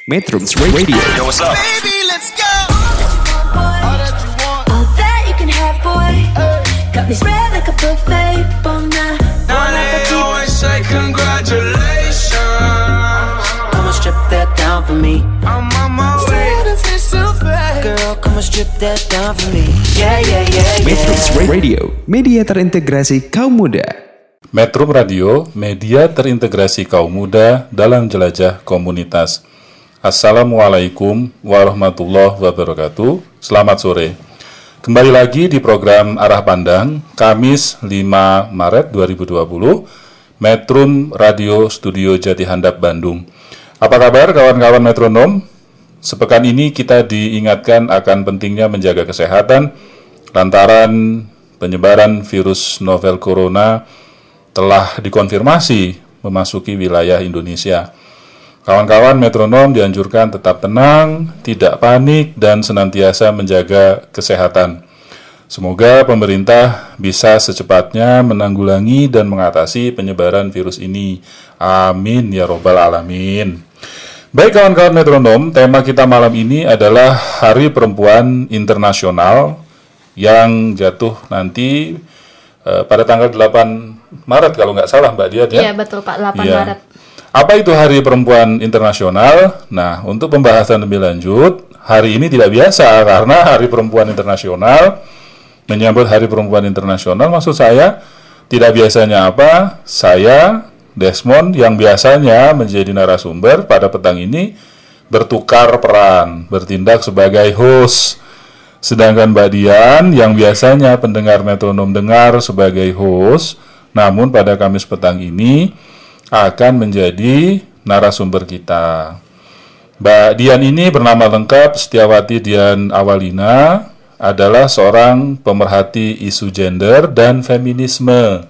Metrums Radio. Yo, what's up? Baby, let's go. All that you want, all that you can have, boy. Got me spread like a buffet, bon nah. Now they always say congratulations. Come and strip that down for me. I'm on my way. Girl, come and strip that down for me. Yeah, yeah, yeah, Metrums yeah. Radio, media terintegrasi kaum muda. Metrum Radio, media terintegrasi kaum muda dalam jelajah komunitas. Assalamualaikum warahmatullahi wabarakatuh. Selamat sore. Kembali lagi di program Arah Pandang, Kamis 5 Maret 2020, Metrum Radio Studio Jati Handap Bandung. Apa kabar kawan-kawan metronom? Sepekan ini kita diingatkan akan pentingnya menjaga kesehatan lantaran penyebaran virus novel corona telah dikonfirmasi memasuki wilayah Indonesia. Kawan-kawan metronom dianjurkan tetap tenang, tidak panik, dan senantiasa menjaga kesehatan. Semoga pemerintah bisa secepatnya menanggulangi dan mengatasi penyebaran virus ini. Amin ya robbal alamin. Baik kawan-kawan metronom, tema kita malam ini adalah Hari Perempuan Internasional yang jatuh nanti pada tanggal 8 Maret kalau nggak salah Mbak Dian ya? Iya betul Pak, 8 Ya. Maret. Apa itu Hari Perempuan Internasional? Nah, untuk pembahasan lebih lanjut, hari ini tidak biasa karena Hari Perempuan Internasional, menyambut Hari Perempuan Internasional, maksud saya tidak biasanya apa? Saya, Desmond, yang biasanya menjadi narasumber pada petang ini bertukar peran, bertindak sebagai host. Sedangkan Mbak Dian yang biasanya pendengar metronom dengar sebagai host, namun pada Kamis petang ini akan menjadi narasumber kita. Mbak Dian ini bernama lengkap Setiawati Dian Awalina, adalah seorang pemerhati isu gender dan feminisme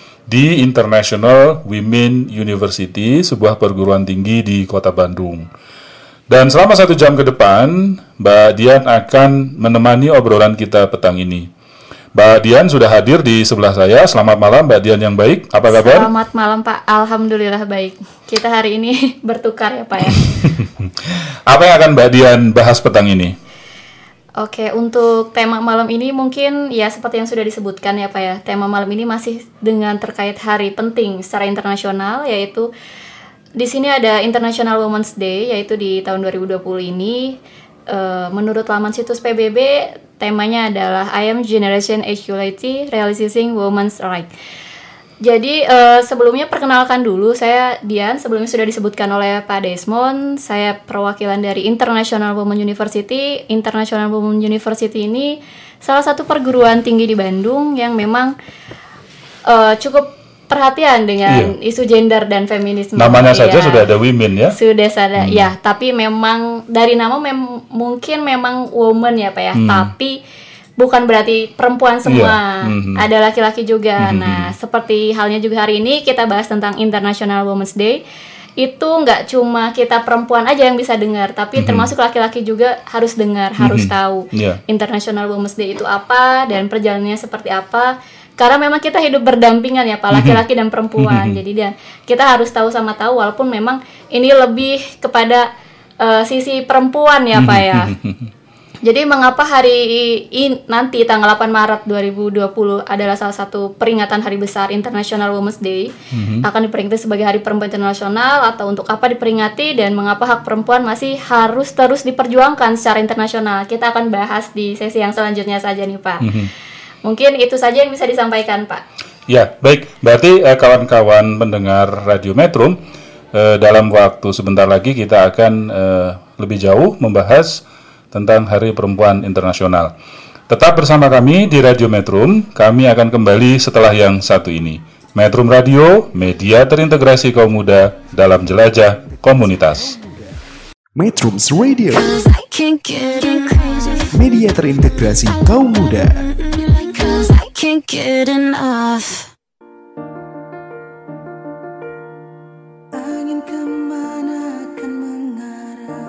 di International Women University, sebuah perguruan tinggi di Kota Bandung. Dan selama 1 jam ke depan, Mbak Dian akan menemani obrolan kita petang ini. Mbak Dian sudah hadir di sebelah saya. Selamat malam Mbak Dian yang baik. Apa kabar? Selamat malam Pak, Alhamdulillah baik. Kita hari ini bertukar ya Pak ya. Apa yang akan Mbak Dian bahas petang ini? Oke, untuk tema malam ini mungkin ya seperti yang sudah disebutkan ya Pak ya. Tema malam ini masih dengan terkait hari penting secara internasional, yaitu di sini ada International Women's Day, yaitu di tahun 2020 ini. Menurut laman situs PBB, temanya adalah I Am Generation Equality Realizing Women's Rights. Jadi sebelumnya perkenalkan dulu, saya Dian, sebelumnya sudah disebutkan oleh Pak Desmond. Saya perwakilan dari International Women University. International Women University ini salah satu perguruan tinggi di Bandung yang memang cukup perhatian dengan isu gender dan feminisme. Namanya saja ya. sudah ada women ya? Sudah ada, ya. Tapi memang dari nama mungkin memang woman ya Pak ya. Tapi bukan berarti perempuan semua. Ada laki-laki juga. Nah, seperti halnya juga hari ini kita bahas tentang International Women's Day. Itu nggak cuma kita perempuan aja yang bisa dengar, tapi termasuk laki-laki juga harus dengar, harus tahu International Women's Day itu apa dan perjalanannya seperti apa. Karena memang kita hidup berdampingan ya Pak, laki-laki dan perempuan. Jadi dan kita harus tahu sama tahu, walaupun memang ini lebih kepada sisi perempuan ya Pak ya. Jadi mengapa hari ini nanti tanggal 8 Maret 2020 adalah salah satu peringatan hari besar International Women's Day, akan diperingati sebagai Hari Perempuan Internasional, atau untuk apa diperingati dan mengapa hak perempuan masih harus terus diperjuangkan secara internasional. Kita akan bahas di sesi yang selanjutnya saja nih Pak. Mungkin itu saja yang bisa disampaikan Pak. Ya, baik. Berarti kawan-kawan pendengar Radio Metrum, dalam waktu sebentar lagi kita akan lebih jauh membahas tentang Hari Perempuan Internasional. Tetap bersama kami di Radio Metrum. Kami akan kembali setelah yang satu ini. Metrum Radio, media terintegrasi kaum muda dalam jelajah komunitas. Metrums Radio, media terintegrasi kaum muda. Can't get enough. Angin kemana akan mengarah,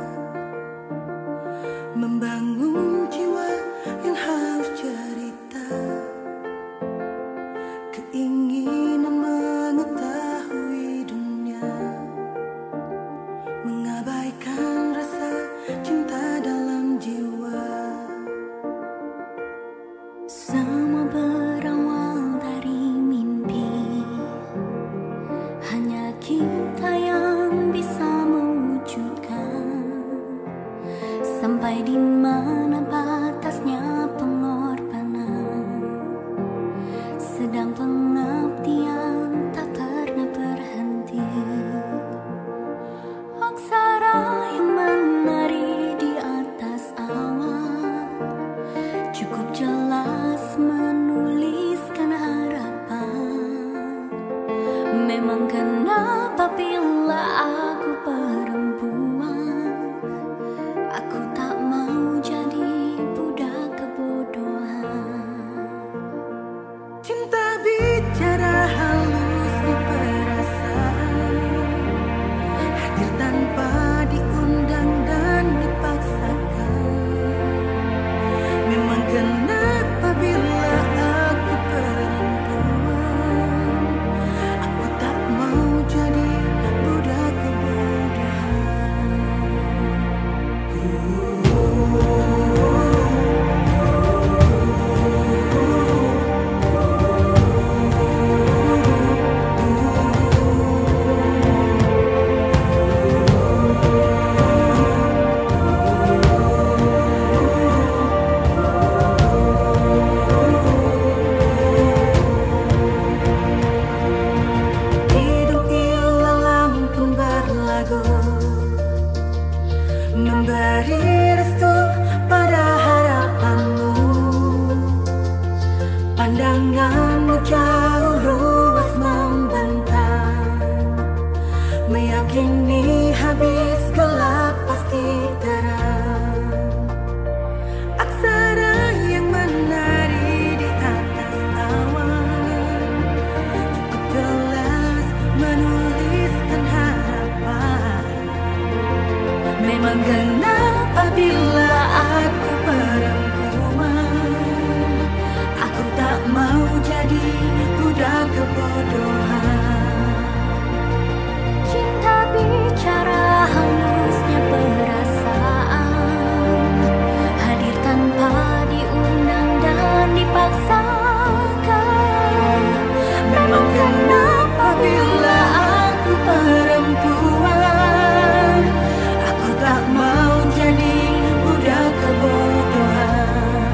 membangun jiwa yang haus cerita, keinginan mengetahui dunia, mengabaikan rasa di mana batasnya pengorbanan, sedang pengabdian tak pernah berhenti. Aksara yang menari di atas awan cukup jelas menuliskan harapan. Memang kenapa bila aku perempuan, aku tak mau jadi budak kebodohan. Cinta bicara halusnya perasaan, hadir tanpa diundang dan dipaksakan. Memang kenapa bila aku perempuan, aku tak mau jadi budak kebodohan. Hidup ilalang pun berlagu, memberi restu pada harapanmu. Pandanganmu jauh luas membentang, meyakini habis gelap pasti terang. Aksara yang menari di atas awan cukup jelas menuliskan harapan. Memang kenapa bila aku perempuan, aku tak mau jadi budak kebodohan. Cinta bicara halusnya perasaan, hadir tanpa diundang dan dipaksakan. Memang kenapa bila aku perempuan, aku tak mau jadi budak kebodohan.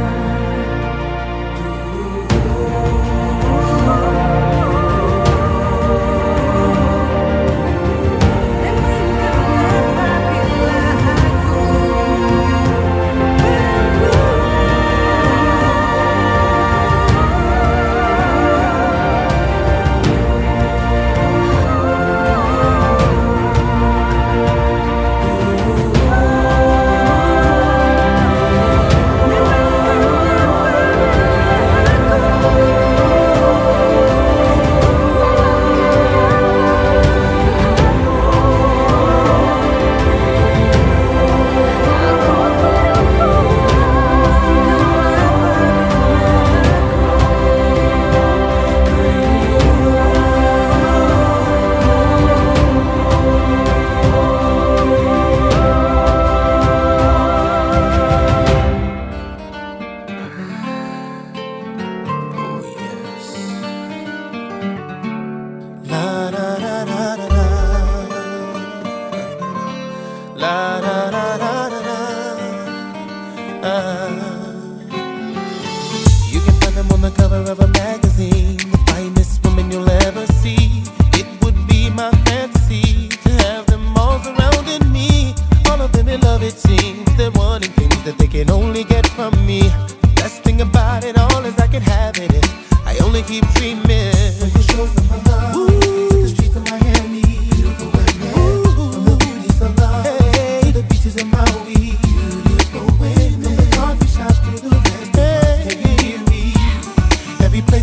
You can find them on the cover of a magazine, the finest women you'll ever see. It would be my fantasy to have them all surrounding me. All of them in love, it seems. They're wanting things that they can only get from me. The best thing about it all is I can have it if I only keep dreaming. When you show some love, to the streets of Miami, beautiful women, from the beauties of love, to the beaches of Maui, beautiful women, from the coffee shops to the restaurants. Can you hear me? Every place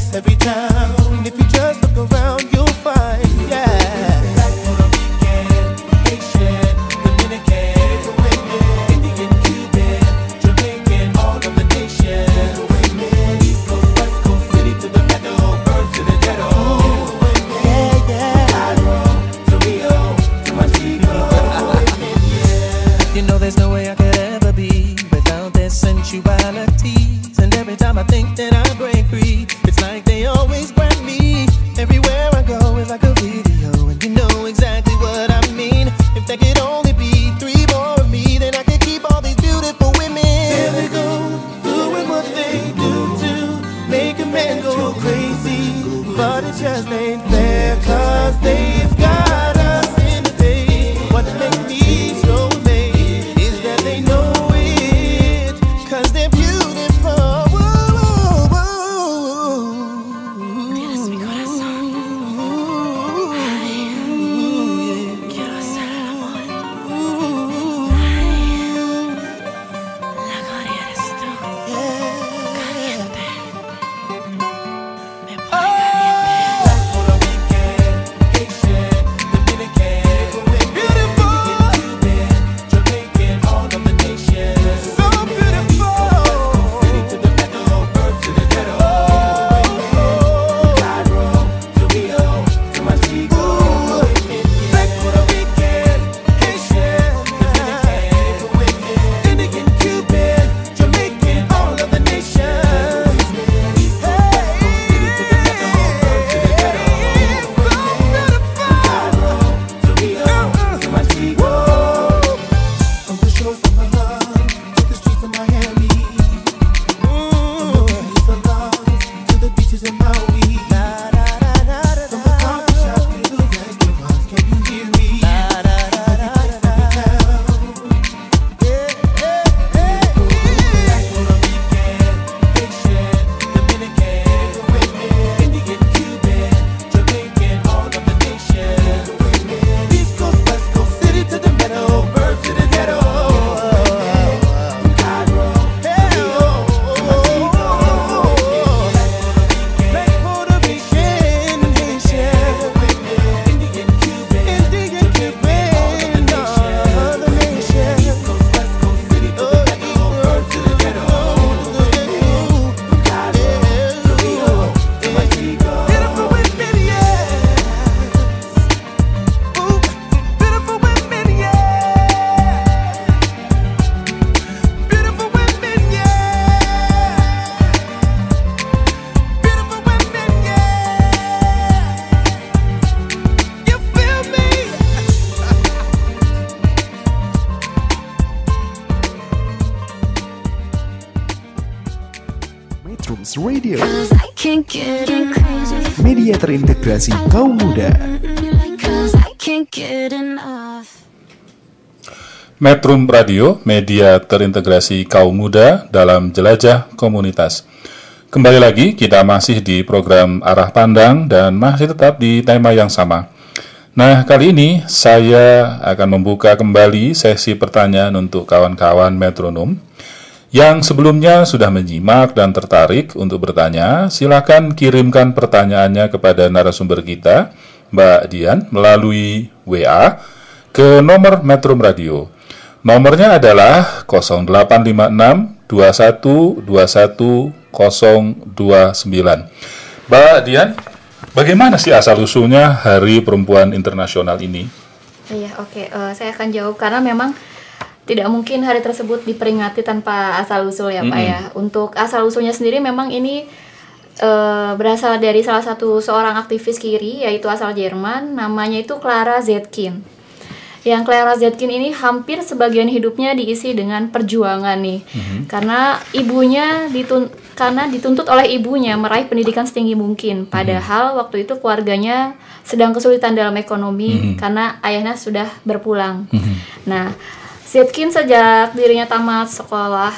Metrums Radio, 'Cause I can't get enough. media terintegrasi kaum muda. 'Cause I can't get enough. Metrum Radio, media terintegrasi kaum muda dalam jelajah komunitas. Kembali lagi, kita masih di program Arah Pandang dan masih tetap di tema yang sama. Nah, kali ini saya akan membuka kembali sesi pertanyaan untuk kawan-kawan metronom. Yang sebelumnya sudah menyimak dan tertarik untuk bertanya, silakan kirimkan pertanyaannya kepada narasumber kita, Mbak Dian, melalui WA ke nomor Metrum Radio. Nomornya adalah 0856 21 21 029. Mbak Dian, bagaimana sih asal-usulnya Hari Perempuan Internasional ini? Iya, oke. Saya akan jawab karena memang tidak mungkin hari tersebut diperingati tanpa asal-usul ya, Pak ya. Untuk asal-usulnya sendiri memang ini berasal dari salah satu seorang aktivis kiri, yaitu asal Jerman, namanya itu Clara Zetkin. Yang Clara Zetkin ini hampir sebagian hidupnya diisi dengan perjuangan nih, karena dituntut oleh ibunya meraih pendidikan setinggi mungkin. Padahal waktu itu keluarganya sedang kesulitan dalam ekonomi karena ayahnya sudah berpulang. Nah, Zetkin sejak dirinya tamat sekolah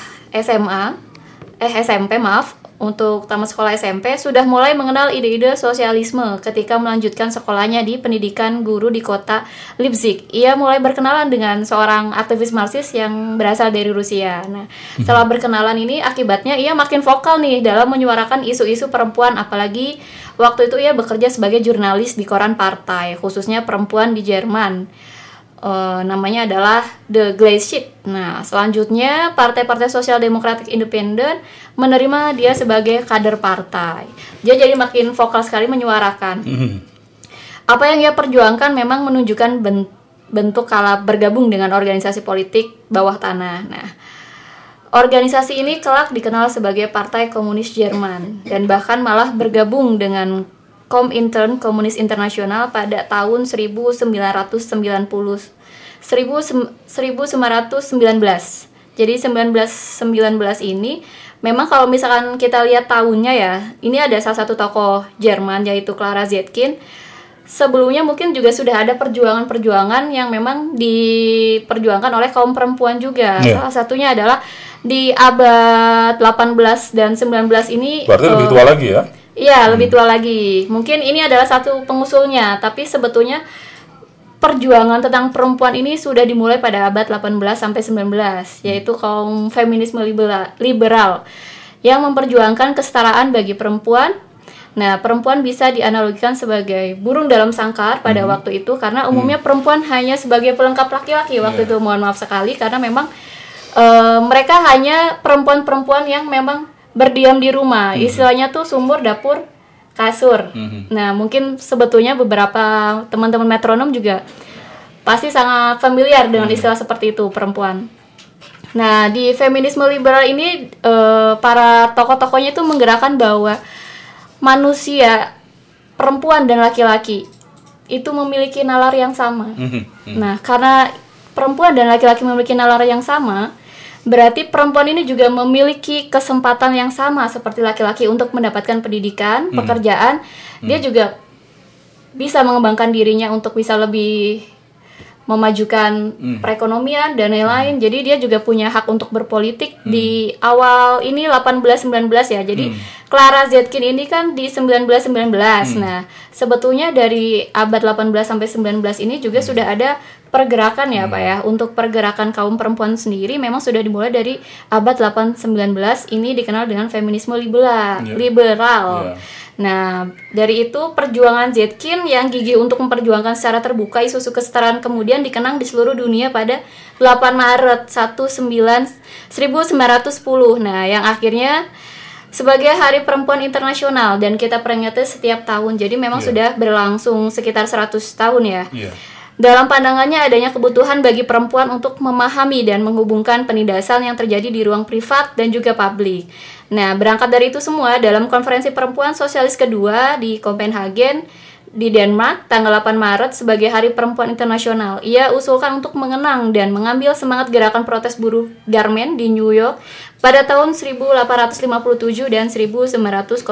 SMP, untuk tamat sekolah SMP sudah mulai mengenal ide-ide sosialisme ketika melanjutkan sekolahnya di pendidikan guru di kota Leipzig. Ia mulai berkenalan dengan seorang aktivis Marxis yang berasal dari Rusia. Nah, setelah berkenalan ini akibatnya ia makin vokal nih dalam menyuarakan isu-isu perempuan, apalagi waktu itu ia bekerja sebagai jurnalis di koran partai, khususnya perempuan di Jerman. Namanya adalah The Gleichschrift. Nah, selanjutnya Partai Sosial Demokratik Independen menerima dia sebagai kader partai. Dia jadi makin vokal sekali menyuarakan. Apa yang ia perjuangkan memang menunjukkan bentuk kala bergabung dengan organisasi politik bawah tanah. Nah, organisasi ini kelak dikenal sebagai Partai Komunis Jerman dan bahkan malah bergabung dengan Komintern Komunis Internasional pada tahun 1919. Jadi 1919 ini memang kalau misalkan kita lihat tahunnya ya, ini ada salah satu tokoh Jerman yaitu Clara Zetkin. Sebelumnya mungkin juga sudah ada perjuangan-perjuangan yang memang diperjuangkan oleh kaum perempuan juga. Salah satunya adalah di abad 18 dan 19 ini. Berarti lebih tua lagi ya? Iya, lebih tua lagi. Mungkin ini adalah satu pengusulnya, tapi sebetulnya perjuangan tentang perempuan ini sudah dimulai pada abad 18 sampai 19, yaitu kaum feminisme liberal yang memperjuangkan kesetaraan bagi perempuan. Nah, perempuan bisa dianalogikan sebagai burung dalam sangkar pada waktu itu, karena umumnya perempuan hanya sebagai pelengkap laki-laki waktu itu. Mohon maaf sekali, karena memang mereka hanya perempuan-perempuan yang memang berdiam di rumah, istilahnya tuh sumur, dapur, kasur. Nah, mungkin sebetulnya beberapa teman-teman metronom juga pasti sangat familiar dengan istilah seperti itu, perempuan. Nah, di feminisme liberal ini para tokoh-tokohnya itu menggerakkan bahwa manusia, perempuan dan laki-laki itu memiliki nalar yang sama. Nah, karena perempuan dan laki-laki memiliki nalar yang sama, berarti perempuan ini juga memiliki kesempatan yang sama seperti laki-laki untuk mendapatkan pendidikan, pekerjaan. Dia juga bisa mengembangkan dirinya untuk bisa lebih memajukan perekonomian dan lain-lain. Jadi dia juga punya hak untuk berpolitik di awal ini 1819 ya. Jadi Clara Zetkin ini kan di 1919. Nah, sebetulnya dari abad 18 sampai 19 ini juga sudah ada pergerakan ya Pak ya. Untuk pergerakan kaum perempuan sendiri memang sudah dimulai dari abad 18-19, ini dikenal dengan feminisme liberal. Nah, dari itu perjuangan Zetkin yang gigih untuk memperjuangkan secara terbuka isu-isu kesetaraan kemudian dikenang di seluruh dunia pada 8 Maret 1910. Nah, yang akhirnya sebagai Hari Perempuan Internasional dan kita peringati setiap tahun. Jadi memang sudah berlangsung sekitar 100 tahun ya. Dalam pandangannya adanya kebutuhan bagi perempuan untuk memahami dan menghubungkan penindasan yang terjadi di ruang privat dan juga publik. Nah, berangkat dari itu semua, dalam konferensi perempuan sosialis kedua di Copenhagen di Denmark tanggal 8 Maret sebagai Hari Perempuan Internasional. Ia usulkan untuk mengenang dan mengambil semangat gerakan protes buruh garmen di New York pada tahun 1857 dan 1908.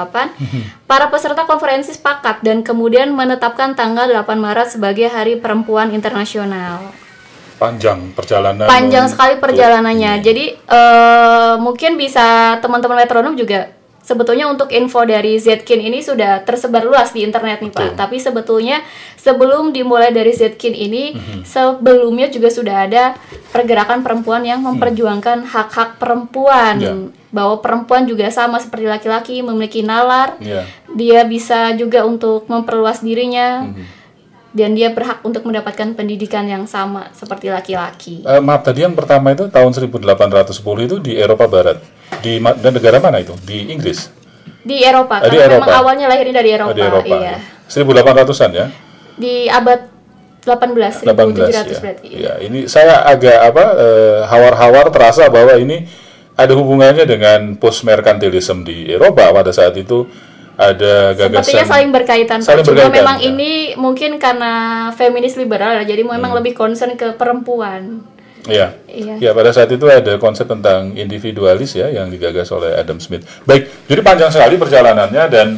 Para peserta konferensi sepakat dan kemudian menetapkan tanggal 8 Maret sebagai Hari Perempuan Internasional. Panjang perjalanan. Panjang sekali perjalanannya. Jadi mungkin bisa teman-teman metronom juga sebetulnya untuk info dari Zetkin ini sudah tersebar luas di internet nih Pak. Tapi sebetulnya sebelum dimulai dari Zetkin ini, sebelumnya juga sudah ada pergerakan perempuan yang memperjuangkan hak-hak perempuan. Bahwa perempuan juga sama seperti laki-laki, memiliki nalar. Dia bisa juga untuk memperluas dirinya. Dan dia berhak untuk mendapatkan pendidikan yang sama seperti laki-laki. Maaf, tadi yang pertama itu tahun 1810 itu di Eropa Barat. Dan negara mana itu? Di Inggris? Di Eropa, di karena Eropa. memang awalnya lahirnya dari Eropa. Di Eropa, iya. 1800-an ya? Di abad 18, 1700 berarti. Ya, ini saya agak hawar-hawar terasa bahwa ini ada hubungannya dengan post-merkantilism di Eropa pada saat itu. Ada gagasan sepertinya saling berkaitan. Cuma memang ini mungkin karena feminis liberal, jadi memang lebih concern ke perempuan. Iya. Ya, pada saat itu ada konsep tentang individualis ya yang digagas oleh Adam Smith. Baik, jadi panjang sekali perjalanannya dan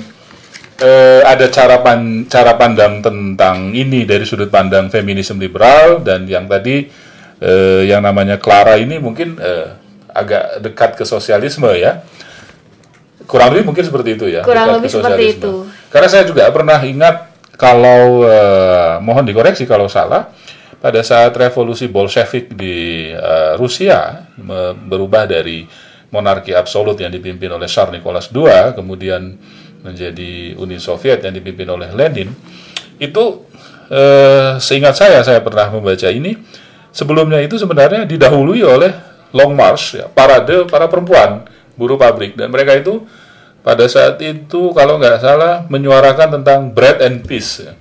ada cara pandang tentang ini dari sudut pandang feminisme liberal, dan yang tadi yang namanya Clara ini mungkin agak dekat ke sosialisme ya. Kurang lebih mungkin seperti itu ya. Kurang lebih seperti itu. Karena saya juga pernah ingat kalau mohon dikoreksi kalau salah, pada saat revolusi Bolshevik di Rusia berubah dari monarki absolut yang dipimpin oleh Tsar Nicholas II kemudian menjadi Uni Soviet yang dipimpin oleh Lenin, itu seingat saya pernah membaca ini, sebelumnya itu sebenarnya didahului oleh Long March ya, parade para perempuan buruh pabrik, dan mereka itu pada saat itu kalau nggak salah menyuarakan tentang bread and peace ya.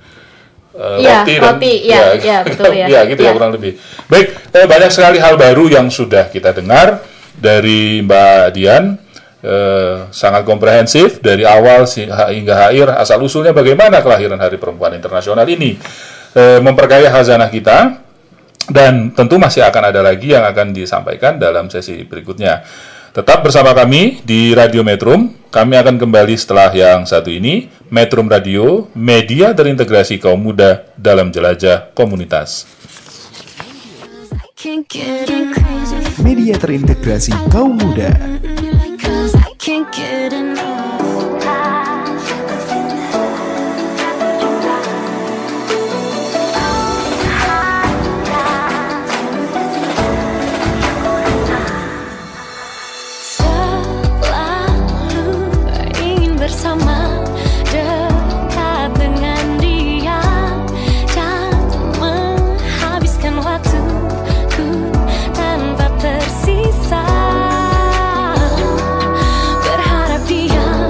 Roti, betul ya. Ya gitu ya kurang lebih. Baik, banyak sekali hal baru yang sudah kita dengar dari Mbak Dian, sangat komprehensif dari awal hingga akhir asal usulnya bagaimana kelahiran Hari Perempuan Internasional ini, memperkaya khazanah kita, dan tentu masih akan ada lagi yang akan disampaikan dalam sesi berikutnya. Tetap bersama kami di Radio Metrum. Kami akan kembali setelah yang satu ini. Metrum Radio, media terintegrasi kaum muda dalam jelajah komunitas. Media terintegrasi kaum muda. Tanpa tersisa, berharap dia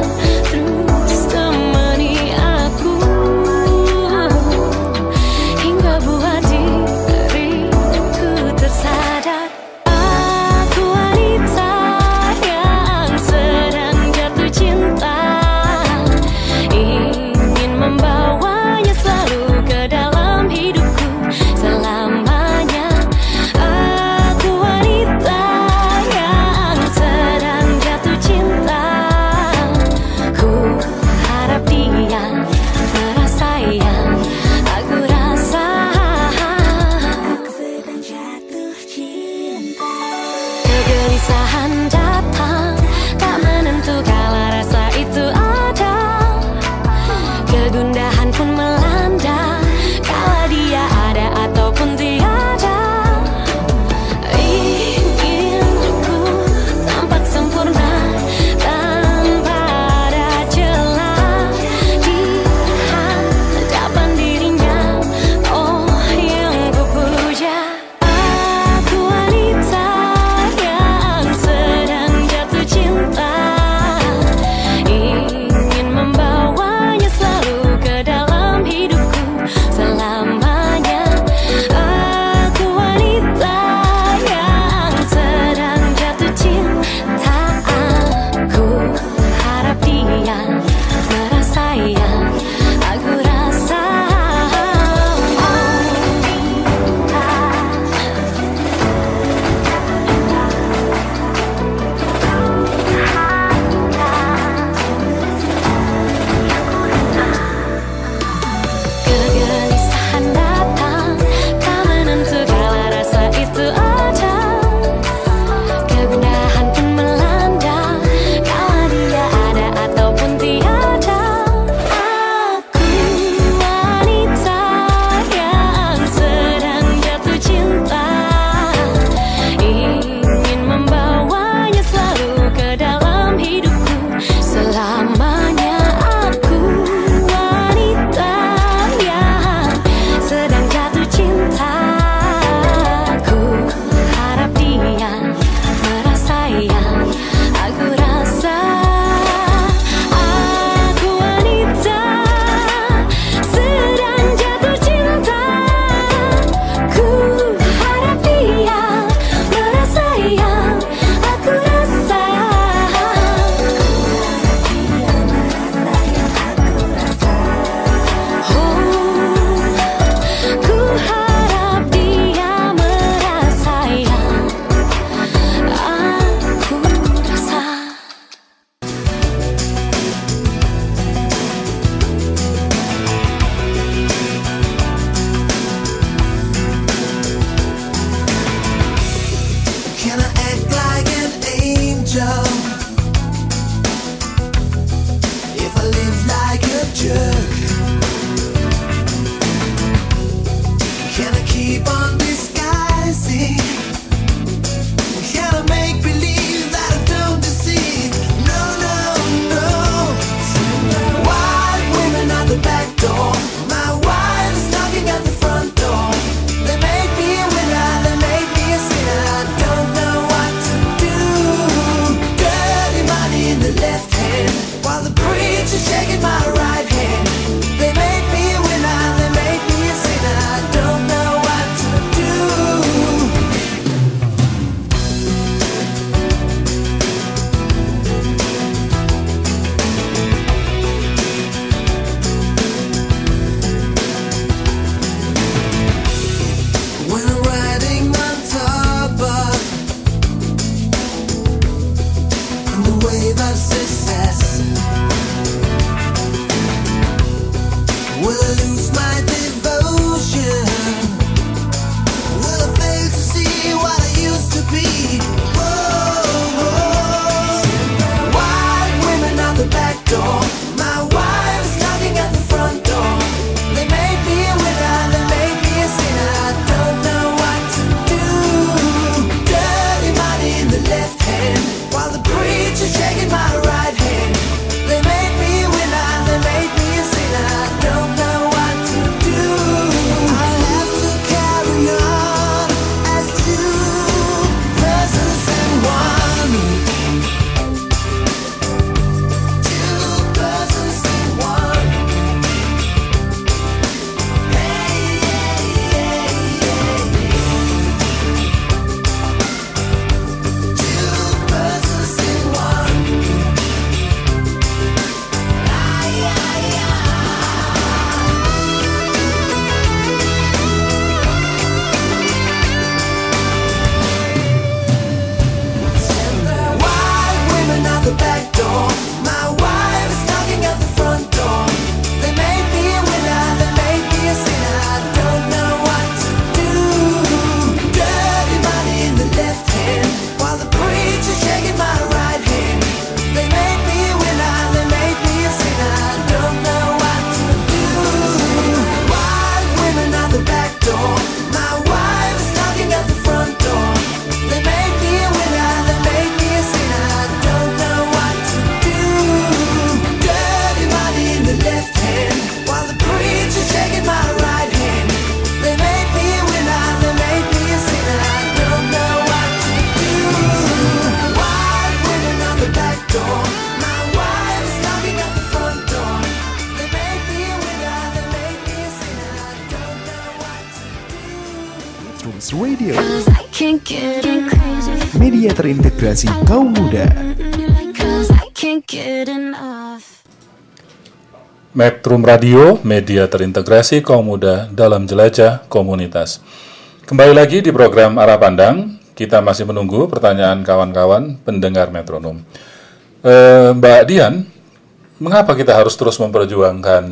Pulse Radio, 'Cause I can't get enough. media terintegrasi kaum muda. 'Cause I can't get enough. Metrum Radio, media terintegrasi kaum muda dalam jelajah komunitas. Kembali lagi di program Arah Pandang, kita masih menunggu pertanyaan kawan-kawan pendengar metronom. Mbak Dian, mengapa kita harus terus memperjuangkan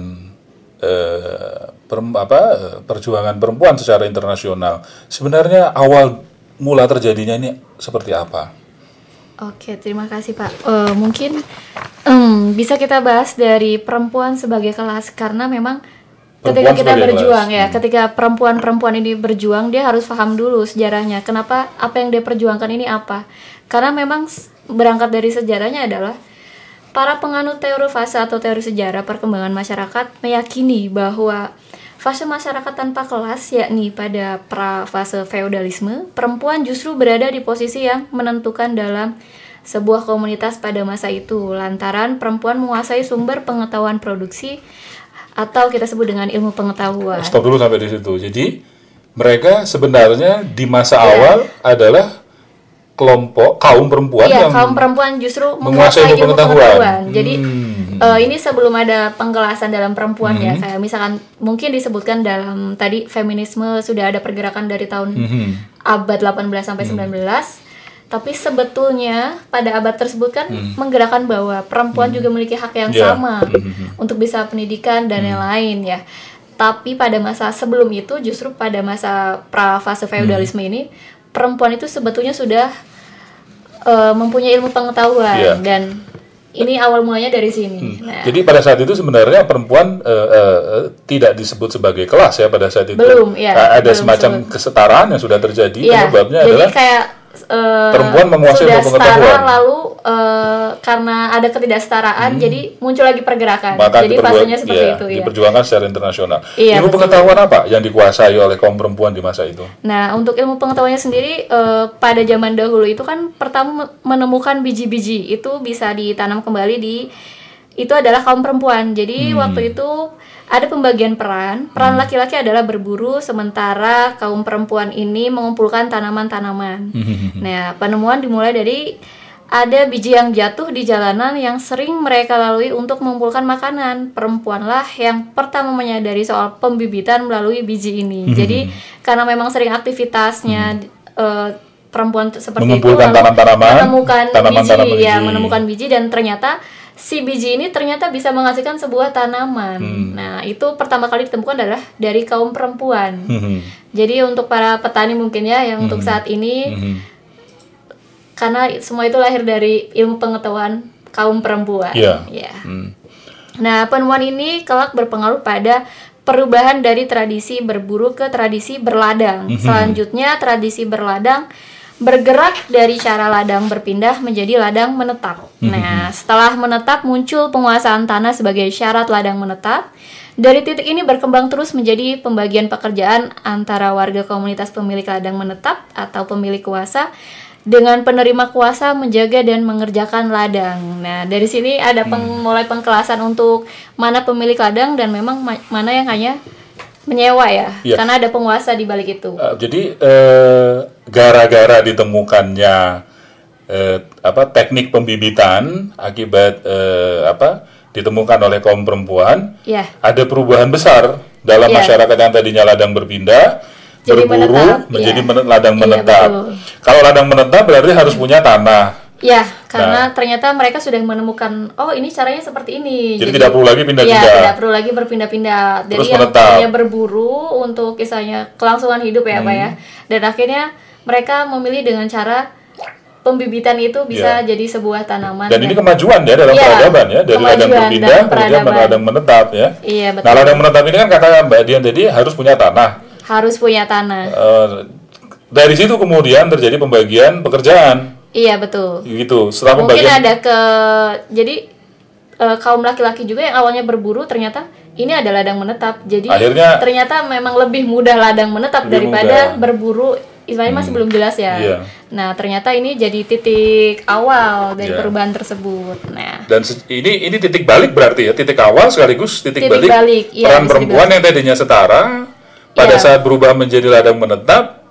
perjuangan perempuan secara internasional? Sebenarnya awal mula terjadinya ini seperti apa? Oke, terima kasih Pak. Mungkin bisa kita bahas dari perempuan sebagai kelas, karena memang ketika kita berjuang ketika perempuan ini berjuang, dia harus paham dulu sejarahnya. Kenapa apa yang dia perjuangkan ini apa? Karena memang berangkat dari sejarahnya adalah para penganut teori fase atau teori sejarah perkembangan masyarakat meyakini bahwa fase masyarakat tanpa kelas, yakni pada pra-fase feodalisme, perempuan justru berada di posisi yang menentukan dalam sebuah komunitas pada masa itu, lantaran perempuan menguasai sumber pengetahuan produksi atau kita sebut dengan ilmu pengetahuan. Stop dulu sampai di situ. Jadi mereka sebenarnya di masa awal adalah kelompok kaum perempuan yang kaum perempuan justru menguasai ilmu pengetahuan. Jadi ini sebelum ada penggelasan dalam perempuan ya, kayak misalkan mungkin disebutkan dalam tadi feminisme sudah ada pergerakan dari tahun abad 18 sampai 19. Tapi sebetulnya pada abad tersebut kan menggerakkan bahwa perempuan juga memiliki hak yang sama untuk bisa pendidikan dan yang lain ya. Tapi pada masa sebelum itu, justru pada masa pra-fase feodalisme ini, perempuan itu sebetulnya sudah mempunyai ilmu pengetahuan dan ini awal mulanya dari sini. Nah, jadi pada saat itu sebenarnya perempuan tidak disebut sebagai kelas ya pada saat itu. Belum, ya. Ada semacam kesetaraan yang sudah terjadi. Penyebabnya adalah kayak perempuan menguasai sudah ilmu pengetahuan. Setara, lalu karena ada ketidaksetaraan, jadi muncul lagi pergerakan. Maka jadi fasenya seperti itu. Diperjuangkan secara internasional. Iya, Ilmu pengetahuan apa yang dikuasai oleh kaum perempuan di masa itu? Nah, untuk ilmu pengetahuannya sendiri pada zaman dahulu itu kan pertama menemukan biji-biji itu bisa ditanam kembali itu adalah kaum perempuan. Jadi waktu itu ada pembagian peran laki-laki adalah berburu, sementara kaum perempuan ini mengumpulkan tanaman-tanaman. Nah, penemuan dimulai dari ada biji yang jatuh di jalanan yang sering mereka lalui untuk mengumpulkan makanan. Perempuanlah yang pertama menyadari soal pembibitan melalui biji ini. Jadi karena memang sering aktivitasnya perempuan seperti mengumpulkan itu, tanaman-tanaman, menemukan biji dan ternyata si biji ini ternyata bisa menghasilkan sebuah tanaman. Nah, itu pertama kali ditemukan adalah dari kaum perempuan. Jadi untuk para petani mungkin ya yang untuk saat ini karena semua itu lahir dari ilmu pengetahuan kaum perempuan. Nah, penemuan ini kelak berpengaruh pada perubahan dari tradisi berburu ke tradisi berladang. Selanjutnya tradisi berladang bergerak dari cara ladang berpindah menjadi ladang menetap. Nah, setelah menetap muncul penguasaan tanah sebagai syarat ladang menetap. Dari titik ini berkembang terus menjadi pembagian pekerjaan antara warga komunitas pemilik ladang menetap atau pemilik kuasa dengan penerima kuasa menjaga dan mengerjakan ladang. Nah, dari sini ada mulai pengkelasan untuk mana pemilik ladang dan memang mana yang hanya menyewa ya, karena ada penguasa di balik itu. Jadi gara-gara ditemukannya teknik pembibitan akibat ditemukan oleh kaum perempuan, ada perubahan besar dalam masyarakat yang tadinya ladang berpindah, jadi berburu menetap, menjadi ladang menetap. Kalau ladang menetap berarti harus punya tanah. Ya, karena ternyata mereka sudah menemukan, oh ini caranya seperti ini. Jadi tidak perlu lagi pindah-pindah. Ya, tidak perlu lagi berpindah-pindah. Jadi yang tadinya berburu untuk misalnya kelangsungan hidup ya Pak ya. Dan akhirnya mereka memilih dengan cara pembibitan itu bisa jadi sebuah tanaman. Dan ini kemajuan ya dalam peradaban ya. Dari ladang berpindah kemudian ladang menetap ya. Iya, betul. Nah, ladang menetap ini kan kata Mbak Dian tadi harus punya tanah. Harus punya tanah. Dari situ kemudian terjadi pembagian pekerjaan. Iya, betul. Gitu. Setelah mungkin pembagian ada jadi kaum laki-laki juga yang awalnya berburu ternyata ini ada ladang menetap. Jadi akhirnya, ternyata memang lebih mudah ladang menetap daripada berburu. Istilahnya masih belum jelas ya. Nah, ternyata ini jadi titik awal dari perubahan tersebut. Nah, dan ini titik balik berarti ya, titik awal sekaligus titik balik. Peran perempuan yang tadinya setara pada saat berubah menjadi ladang menetap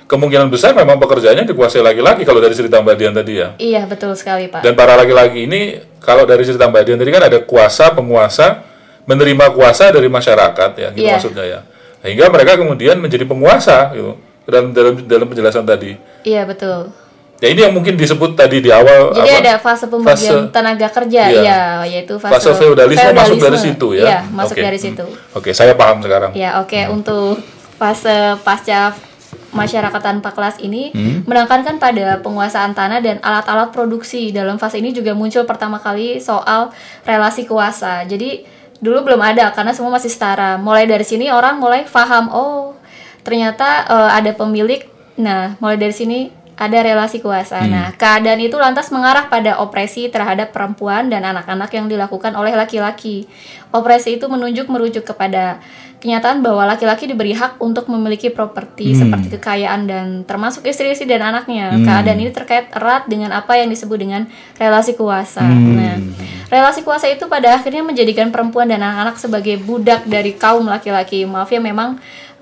kemungkinan besar memang pekerjaannya dikuasai laki-laki kalau dari cerita Mbak Dian tadi ya. Iya, betul sekali, Pak. Dan para laki-laki ini kalau dari cerita Mbak Dian tadi kan ada kuasa, penguasa, menerima kuasa dari masyarakat ya, gitu Iya. maksudnya ya. Sehingga mereka kemudian menjadi penguasa gitu. Dalam penjelasan tadi. Iya, betul. Ya ini yang mungkin disebut tadi di awal. Jadi ada fase pembagian tenaga kerja, iya. yaitu fase feudalisme masuk dari situ ya. Iya, masuk Oke. dari situ. Oke, saya paham sekarang. Ya, oke. Untuk fase pasca masyarakat tanpa kelas ini menekankan pada penguasaan tanah dan alat-alat produksi. Dalam fase ini juga muncul pertama kali soal relasi kuasa. Jadi dulu belum ada karena semua masih setara. Mulai dari sini orang mulai paham, oh ternyata ada pemilik. Nah, mulai dari sini ada relasi kuasa. Nah, keadaan itu lantas mengarah pada opresi terhadap perempuan dan anak-anak yang dilakukan oleh laki-laki. Opresi itu merujuk kepada kenyataan bahwa laki-laki diberi hak untuk memiliki properti seperti kekayaan dan termasuk istri-istri dan anaknya. Keadaan ini terkait erat dengan apa yang disebut dengan relasi kuasa. Nah, relasi kuasa itu pada akhirnya menjadikan perempuan dan anak-anak sebagai budak dari kaum laki-laki. Maaf ya, memang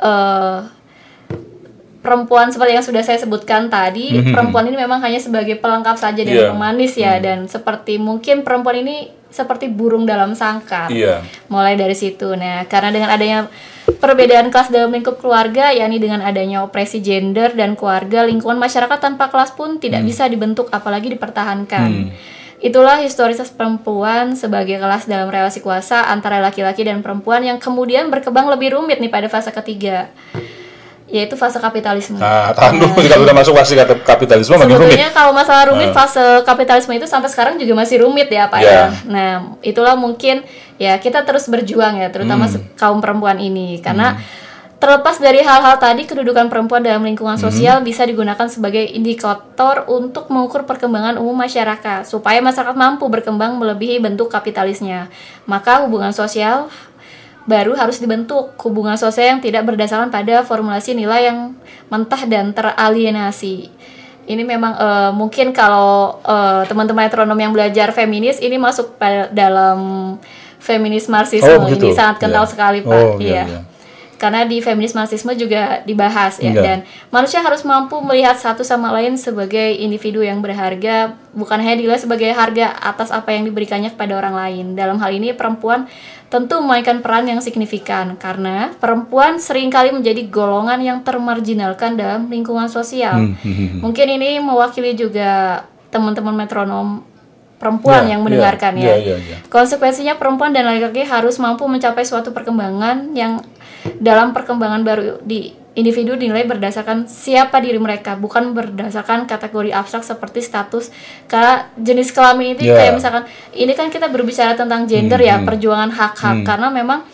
perempuan seperti yang sudah saya sebutkan tadi, perempuan ini memang hanya sebagai pelengkap saja dan pemanis ya, dan seperti mungkin perempuan ini seperti burung dalam sangkar. Mulai dari situ. Nah, karena dengan adanya perbedaan kelas dalam lingkup keluarga, yakni dengan adanya opresi gender dan keluarga, lingkungan masyarakat tanpa kelas pun tidak bisa dibentuk apalagi dipertahankan. Itulah historitas perempuan sebagai kelas dalam relasi kuasa antara laki-laki dan perempuan yang kemudian berkembang lebih rumit nih pada fase ketiga, yaitu fase kapitalisme. Nah, tahan dulu, kalau udah masuk fase kapitalisme makin rumit. Sebetulnya kalau masalah rumit, fase kapitalisme itu sampai sekarang juga masih rumit ya Pak ya. Nah, itulah mungkin ya kita terus berjuang ya, terutama kaum perempuan ini. Karena terlepas dari hal-hal tadi, kedudukan perempuan dalam lingkungan sosial bisa digunakan sebagai indikator untuk mengukur perkembangan umum masyarakat. Supaya masyarakat mampu berkembang melebihi bentuk kapitalisnya, maka hubungan sosial baru harus dibentuk, hubungan sosial yang tidak berdasarkan pada formulasi nilai yang mentah dan teralienasi. Ini memang mungkin kalau teman-teman metronom yang belajar feminis ini masuk dalam feminis marxisme. Ini sangat kental sekali Pak. Iya. Karena di feminis marxisme juga dibahas ya, dan manusia harus mampu melihat satu sama lain sebagai individu yang berharga, bukan hanya dinilai sebagai harga atas apa yang diberikannya kepada orang lain. Dalam hal ini perempuan tentu memainkan peran yang signifikan karena perempuan seringkali menjadi golongan yang termarginalkan dalam lingkungan sosial. Mungkin ini mewakili juga teman-teman metronom perempuan yang mendengarkan ya. Konsekuensinya perempuan dan laki-laki harus mampu mencapai suatu perkembangan yang dalam perkembangan baru di individu dinilai berdasarkan siapa diri mereka, bukan berdasarkan kategori abstrak seperti status. Karena jenis kelamin itu kayak misalkan ini kan kita berbicara tentang gender ya, perjuangan hak-hak, karena memang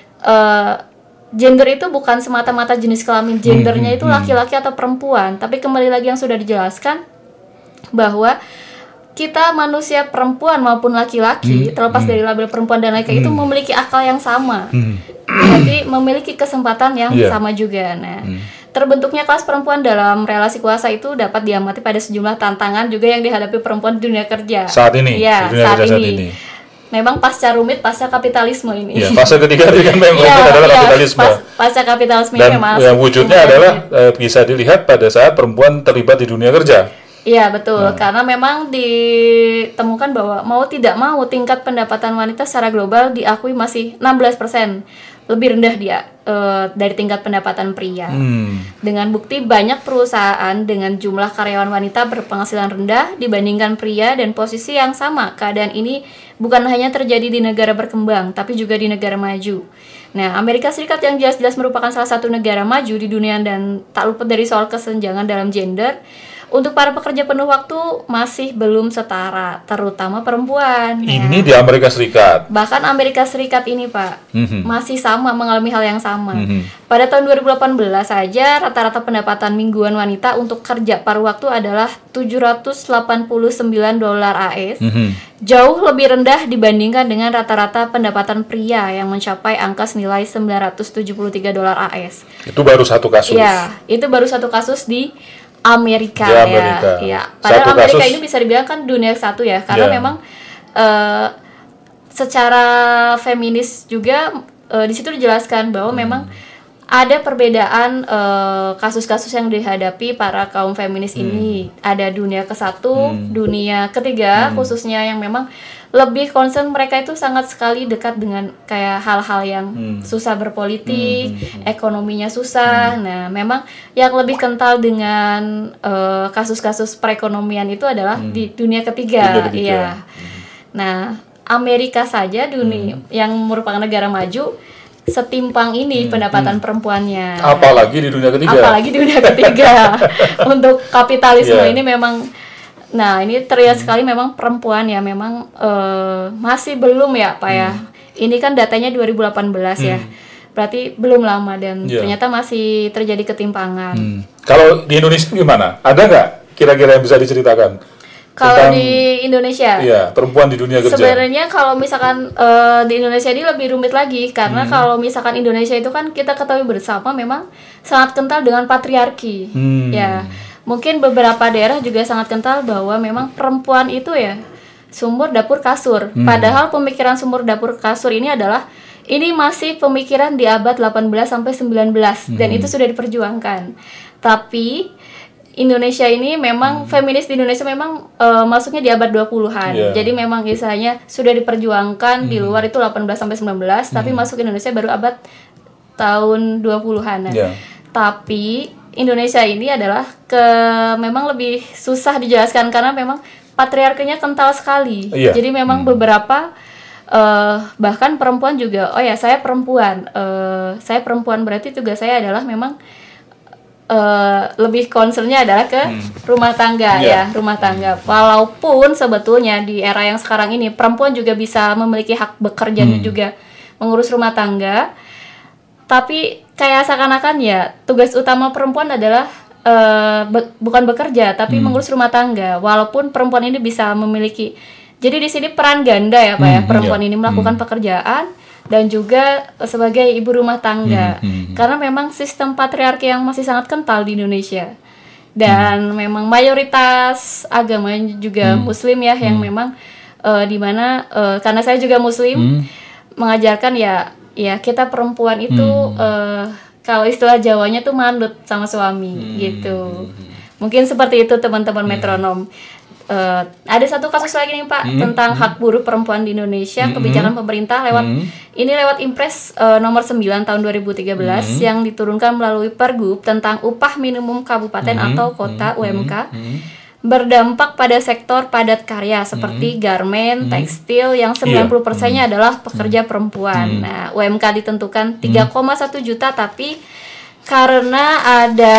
gender itu bukan semata-mata jenis kelamin, gendernya itu laki-laki atau perempuan, tapi kembali lagi yang sudah dijelaskan bahwa kita manusia perempuan maupun laki-laki terlepas dari label perempuan dan laki-laki itu memiliki akal yang sama, jadi memiliki kesempatan yang sama juga. Nah, terbentuknya kelas perempuan dalam relasi kuasa itu dapat diamati pada sejumlah tantangan juga yang dihadapi perempuan di dunia kerja saat ini. Ya, saat ini. Memang pasca rumit, pasca kapitalisme ini. Ya, fase ketiga ini kan memang adalah kapitalisme. Pasca kapitalisme dan ini memang wujudnya adalah bisa dilihat pada saat perempuan terlibat di dunia kerja. Iya betul, karena memang ditemukan bahwa mau tidak mau tingkat pendapatan wanita secara global diakui masih 16%, lebih rendah dia dari tingkat pendapatan pria. Dengan bukti banyak perusahaan dengan jumlah karyawan wanita berpenghasilan rendah dibandingkan pria dan posisi yang sama. Keadaan ini bukan hanya terjadi di negara berkembang, tapi juga di negara maju. Nah, Amerika Serikat yang jelas-jelas merupakan salah satu negara maju di dunia dan tak luput dari soal kesenjangan dalam gender. Untuk para pekerja penuh waktu masih belum setara, terutama perempuan. Ini di Amerika Serikat. Bahkan Amerika Serikat ini Pak, masih sama mengalami hal yang sama. Pada tahun 2018 saja rata-rata pendapatan mingguan wanita untuk kerja paruh waktu adalah $789 AS. Jauh lebih rendah dibandingkan dengan rata-rata pendapatan pria yang mencapai angka senilai $973 AS. Itu baru satu kasus. Iya, itu baru satu kasus di Amerika. Ya. Padahal Amerika ini bisa dibilang kan dunia satu ya, karena memang secara feminis juga di situ dijelaskan bahwa memang ada perbedaan kasus-kasus yang dihadapi para kaum feminis ini. Ada dunia ke-1, dunia ketiga khususnya yang memang lebih concern, mereka itu sangat sekali dekat dengan kayak hal-hal yang susah berpolitik, ekonominya susah. Nah, memang yang lebih kental dengan kasus-kasus perekonomian itu adalah di dunia ketiga. Iya. Nah, Amerika saja dunia yang merupakan negara maju setimpang ini pendapatan perempuannya. Apalagi di dunia ketiga. Apalagi di dunia ketiga. Untuk kapitalisme ini memang, nah ini terlihat sekali memang perempuan ya memang masih belum ya Pak ya. Ini kan datanya 2018 ya. Berarti belum lama dan ternyata masih terjadi ketimpangan. Kalau di Indonesia gimana? Ada nggak kira-kira yang bisa diceritakan? Kalau di Indonesia, iya, perempuan di dunia kerja. Sebenarnya kalau misalkan di Indonesia ini lebih rumit lagi karena kalau misalkan Indonesia itu kan kita ketahui bersama memang sangat kental dengan patriarki. Ya, mungkin beberapa daerah juga sangat kental bahwa memang perempuan itu ya sumur dapur kasur. Padahal pemikiran sumur dapur kasur ini adalah ini masih pemikiran di abad 18 sampai 19 dan itu sudah diperjuangkan. Tapi Indonesia ini memang feminis di Indonesia memang masuknya di abad 20-an. Jadi memang istilahnya sudah diperjuangkan di luar itu 18 sampai 19, tapi masuk Indonesia baru abad tahun 20-an. Tapi Indonesia ini adalah memang lebih susah dijelaskan karena memang patriarkinya kental sekali. Jadi memang beberapa bahkan perempuan juga, oh ya saya perempuan berarti tugas saya adalah memang lebih concernnya adalah ke rumah tangga rumah tangga. Walaupun sebetulnya di era yang sekarang ini perempuan juga bisa memiliki hak bekerja juga mengurus rumah tangga, tapi kayak seakan-akan ya tugas utama perempuan adalah bukan bekerja tapi mengurus rumah tangga. Walaupun perempuan ini bisa memiliki, jadi di sini peran ganda ya Pak ya, perempuan ini melakukan pekerjaan dan juga sebagai ibu rumah tangga. Karena memang sistem patriarki yang masih sangat kental di Indonesia. Dan memang mayoritas agama juga muslim ya yang memang dimana karena saya juga muslim mengajarkan ya kita perempuan itu kalau istilah Jawanya tuh manut sama suami gitu. Mungkin seperti itu teman-teman metronom. Ada satu kasus lagi nih Pak tentang hak buruh perempuan di Indonesia, kebijakan pemerintah lewat Impres nomor 9 tahun 2013 yang diturunkan melalui Pergub tentang upah minimum kabupaten atau kota UMK berdampak pada sektor padat karya seperti garmen, tekstil yang 90%-nya adalah pekerja perempuan. Nah, UMK ditentukan 3,1 juta tapi karena ada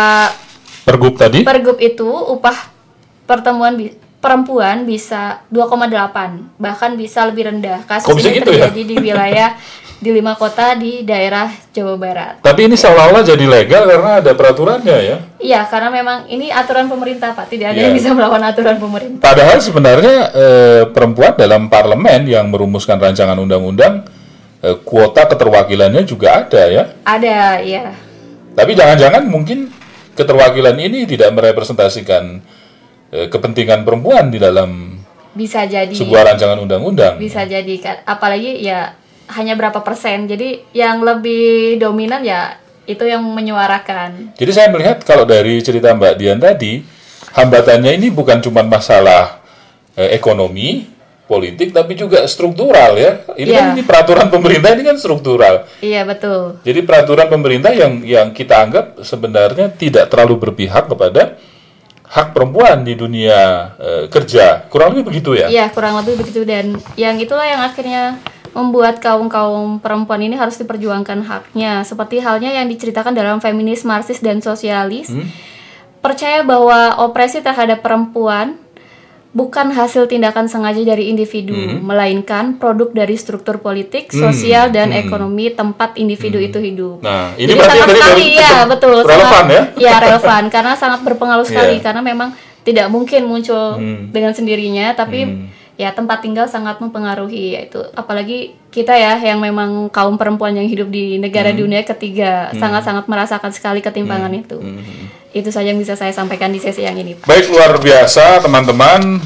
Pergub itu upah perempuan bisa 2,8 bahkan bisa lebih rendah. Kasus ini terjadi di wilayah di 5 kota di daerah Jawa Barat. Tapi ini seolah-olah jadi legal karena ada peraturannya ya? Iya, karena memang ini aturan pemerintah Pak, tidak ada yang bisa melawan aturan pemerintah. Padahal sebenarnya perempuan dalam parlemen yang merumuskan rancangan undang-undang kuota keterwakilannya juga ada ya? Ada, iya. Tapi jangan-jangan mungkin keterwakilan ini tidak merepresentasikan kepentingan perempuan di dalam bisa jadi sebuah rancangan undang-undang. Bisa jadi kan, apalagi ya hanya berapa persen. Jadi yang lebih dominan ya itu yang menyuarakan. Jadi saya melihat kalau dari cerita Mbak Dian tadi, hambatannya ini bukan cuma masalah ekonomi, politik, tapi juga struktural ya. Ini kan ini peraturan pemerintah ini kan struktural. Iya betul. Jadi peraturan pemerintah yang kita anggap sebenarnya tidak terlalu berpihak kepada hak perempuan di dunia kerja, kurang lebih begitu ya? Iya, kurang lebih begitu, dan yang itulah yang akhirnya membuat kaum perempuan ini harus diperjuangkan haknya. Seperti halnya yang diceritakan dalam feminis, marxis, dan sosialis, percaya bahwa opresi terhadap perempuan bukan hasil tindakan sengaja dari individu, melainkan produk dari struktur politik, sosial, dan ekonomi tempat individu itu hidup. Nah, ini jadi berarti sangat sekali, ya betul, relevan sangat, ya? Ya relevan, karena sangat berpengaruh sekali, karena memang tidak mungkin muncul dengan sendirinya, tapi ya tempat tinggal sangat mempengaruhi, yaitu apalagi kita ya yang memang kaum perempuan yang hidup di negara dunia ketiga sangat-sangat merasakan sekali ketimpangan itu. Itu saja yang bisa saya sampaikan di sesi yang ini, Pak. Baik, luar biasa teman-teman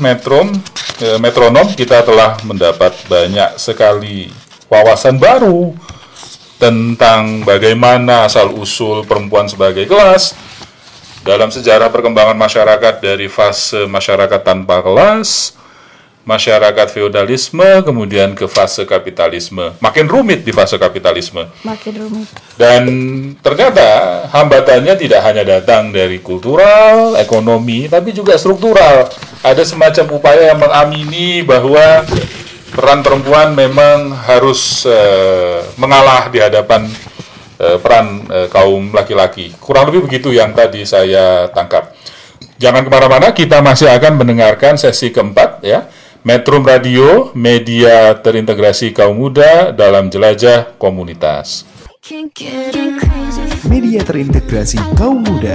metronom, kita telah mendapat banyak sekali wawasan baru tentang bagaimana asal-usul perempuan sebagai kelas dalam sejarah perkembangan masyarakat dari fase masyarakat tanpa kelas, masyarakat feodalisme, kemudian ke fase kapitalisme. Makin rumit di fase kapitalisme. Makin rumit. Dan ternyata hambatannya tidak hanya datang dari kultural, ekonomi, tapi juga struktural. Ada semacam upaya yang mengamini bahwa peran perempuan memang harus mengalah di hadapan peran kaum laki-laki. Kurang lebih begitu yang tadi saya tangkap. Jangan kemana-mana, kita masih akan mendengarkan sesi keempat ya. Metrum Radio, media terintegrasi kaum muda dalam jelajah komunitas. Media terintegrasi kaum muda.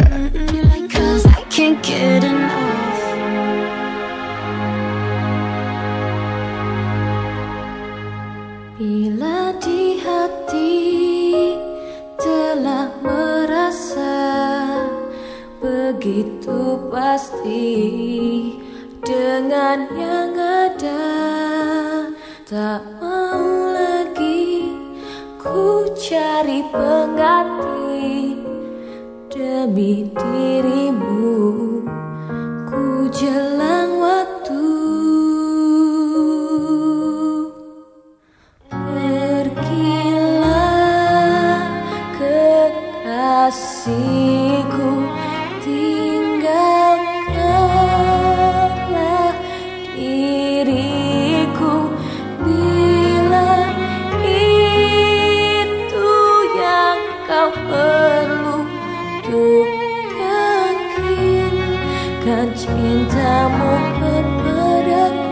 Bila di hati telah merasa begitu pasti dengan yang ada, tak mau lagi ku cari pengganti demi dirimu, ku jelang waktu. Pergilah kekasihku, tinggalkanlah diriku bila itu yang kau perlu untuk yakinkan cintamu kepadaku.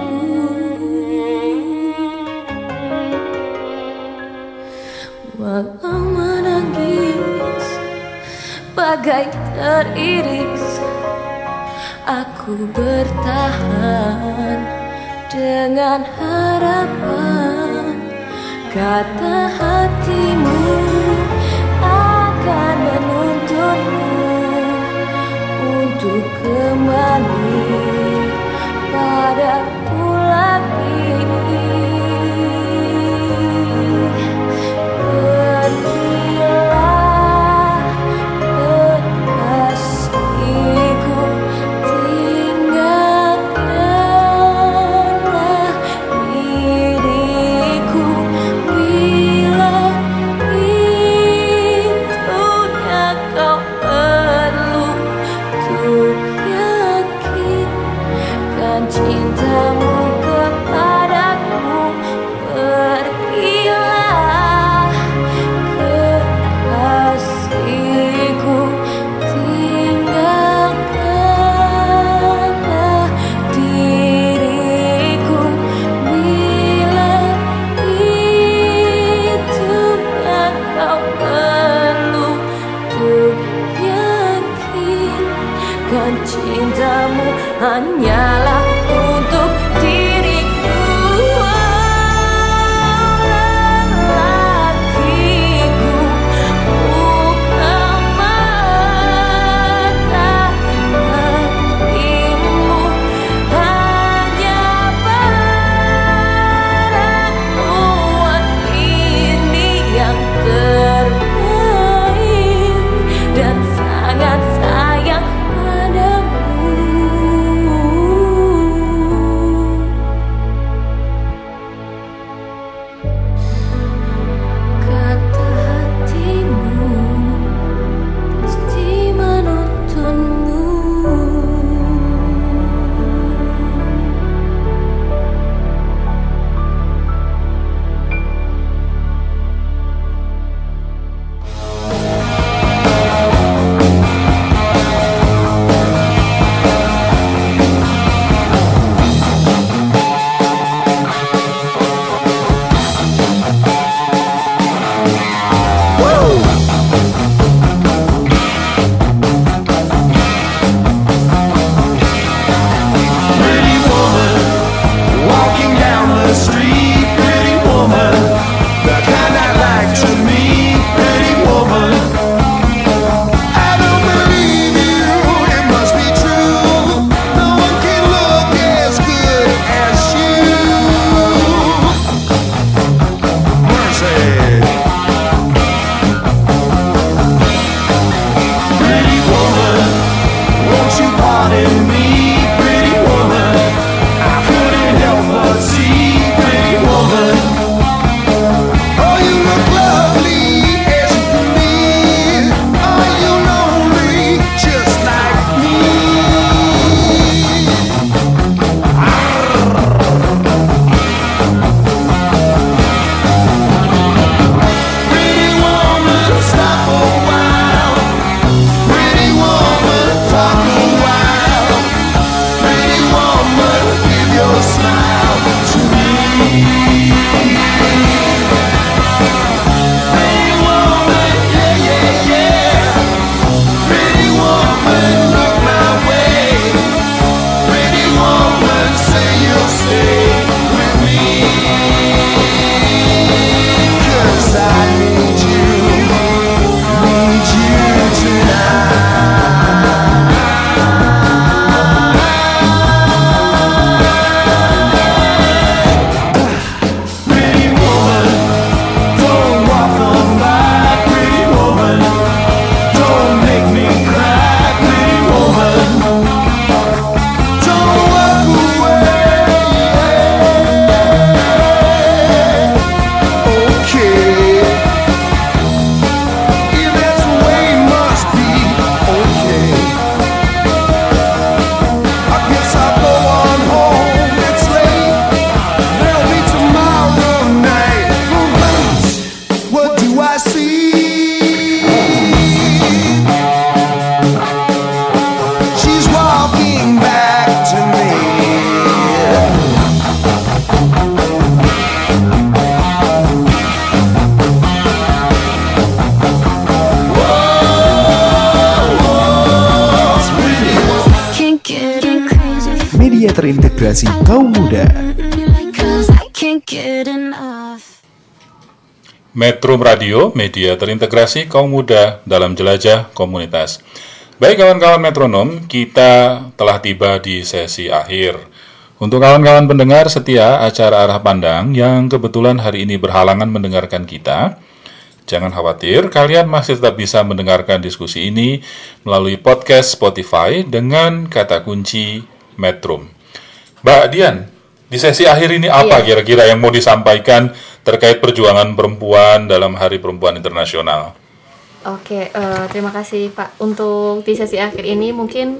Walau menangis bagai teriris, aku bertahan dengan harapan. Kata hatimu akan menuntutmu untuk kembali padaku lagi. Pergilah kekasihku, tinggalkanlah diriku bila itu yang kau perlu untuk yakinkan cintamu kepadaku. Pergilah kekasihku, tinggalkanlah diriku bila itu yang kau perlu untuk yakinkan cintamu hanyalah untuk diriku. Lelakiku, buka mata hatimu hanya perempuan ini yang terbaik dan sangat sayang padamu. getting crazy. Media terintegrasi kaum muda. 'Cause I can't get enough. Metro Radio, media terintegrasi kaum muda dalam jelajah komunitas. Baik kawan-kawan metronom, kita telah tiba di sesi akhir. Untuk kawan-kawan pendengar setia acara Arah Pandang yang kebetulan hari ini berhalangan mendengarkan kita, jangan khawatir, kalian masih tetap bisa mendengarkan diskusi ini melalui podcast Spotify dengan kata kunci Metrum. Mbak Dian, di sesi akhir ini apa kira-kira yang mau disampaikan terkait perjuangan perempuan dalam Hari Perempuan Internasional? Oke, terima kasih Pak. Untuk di sesi akhir ini mungkin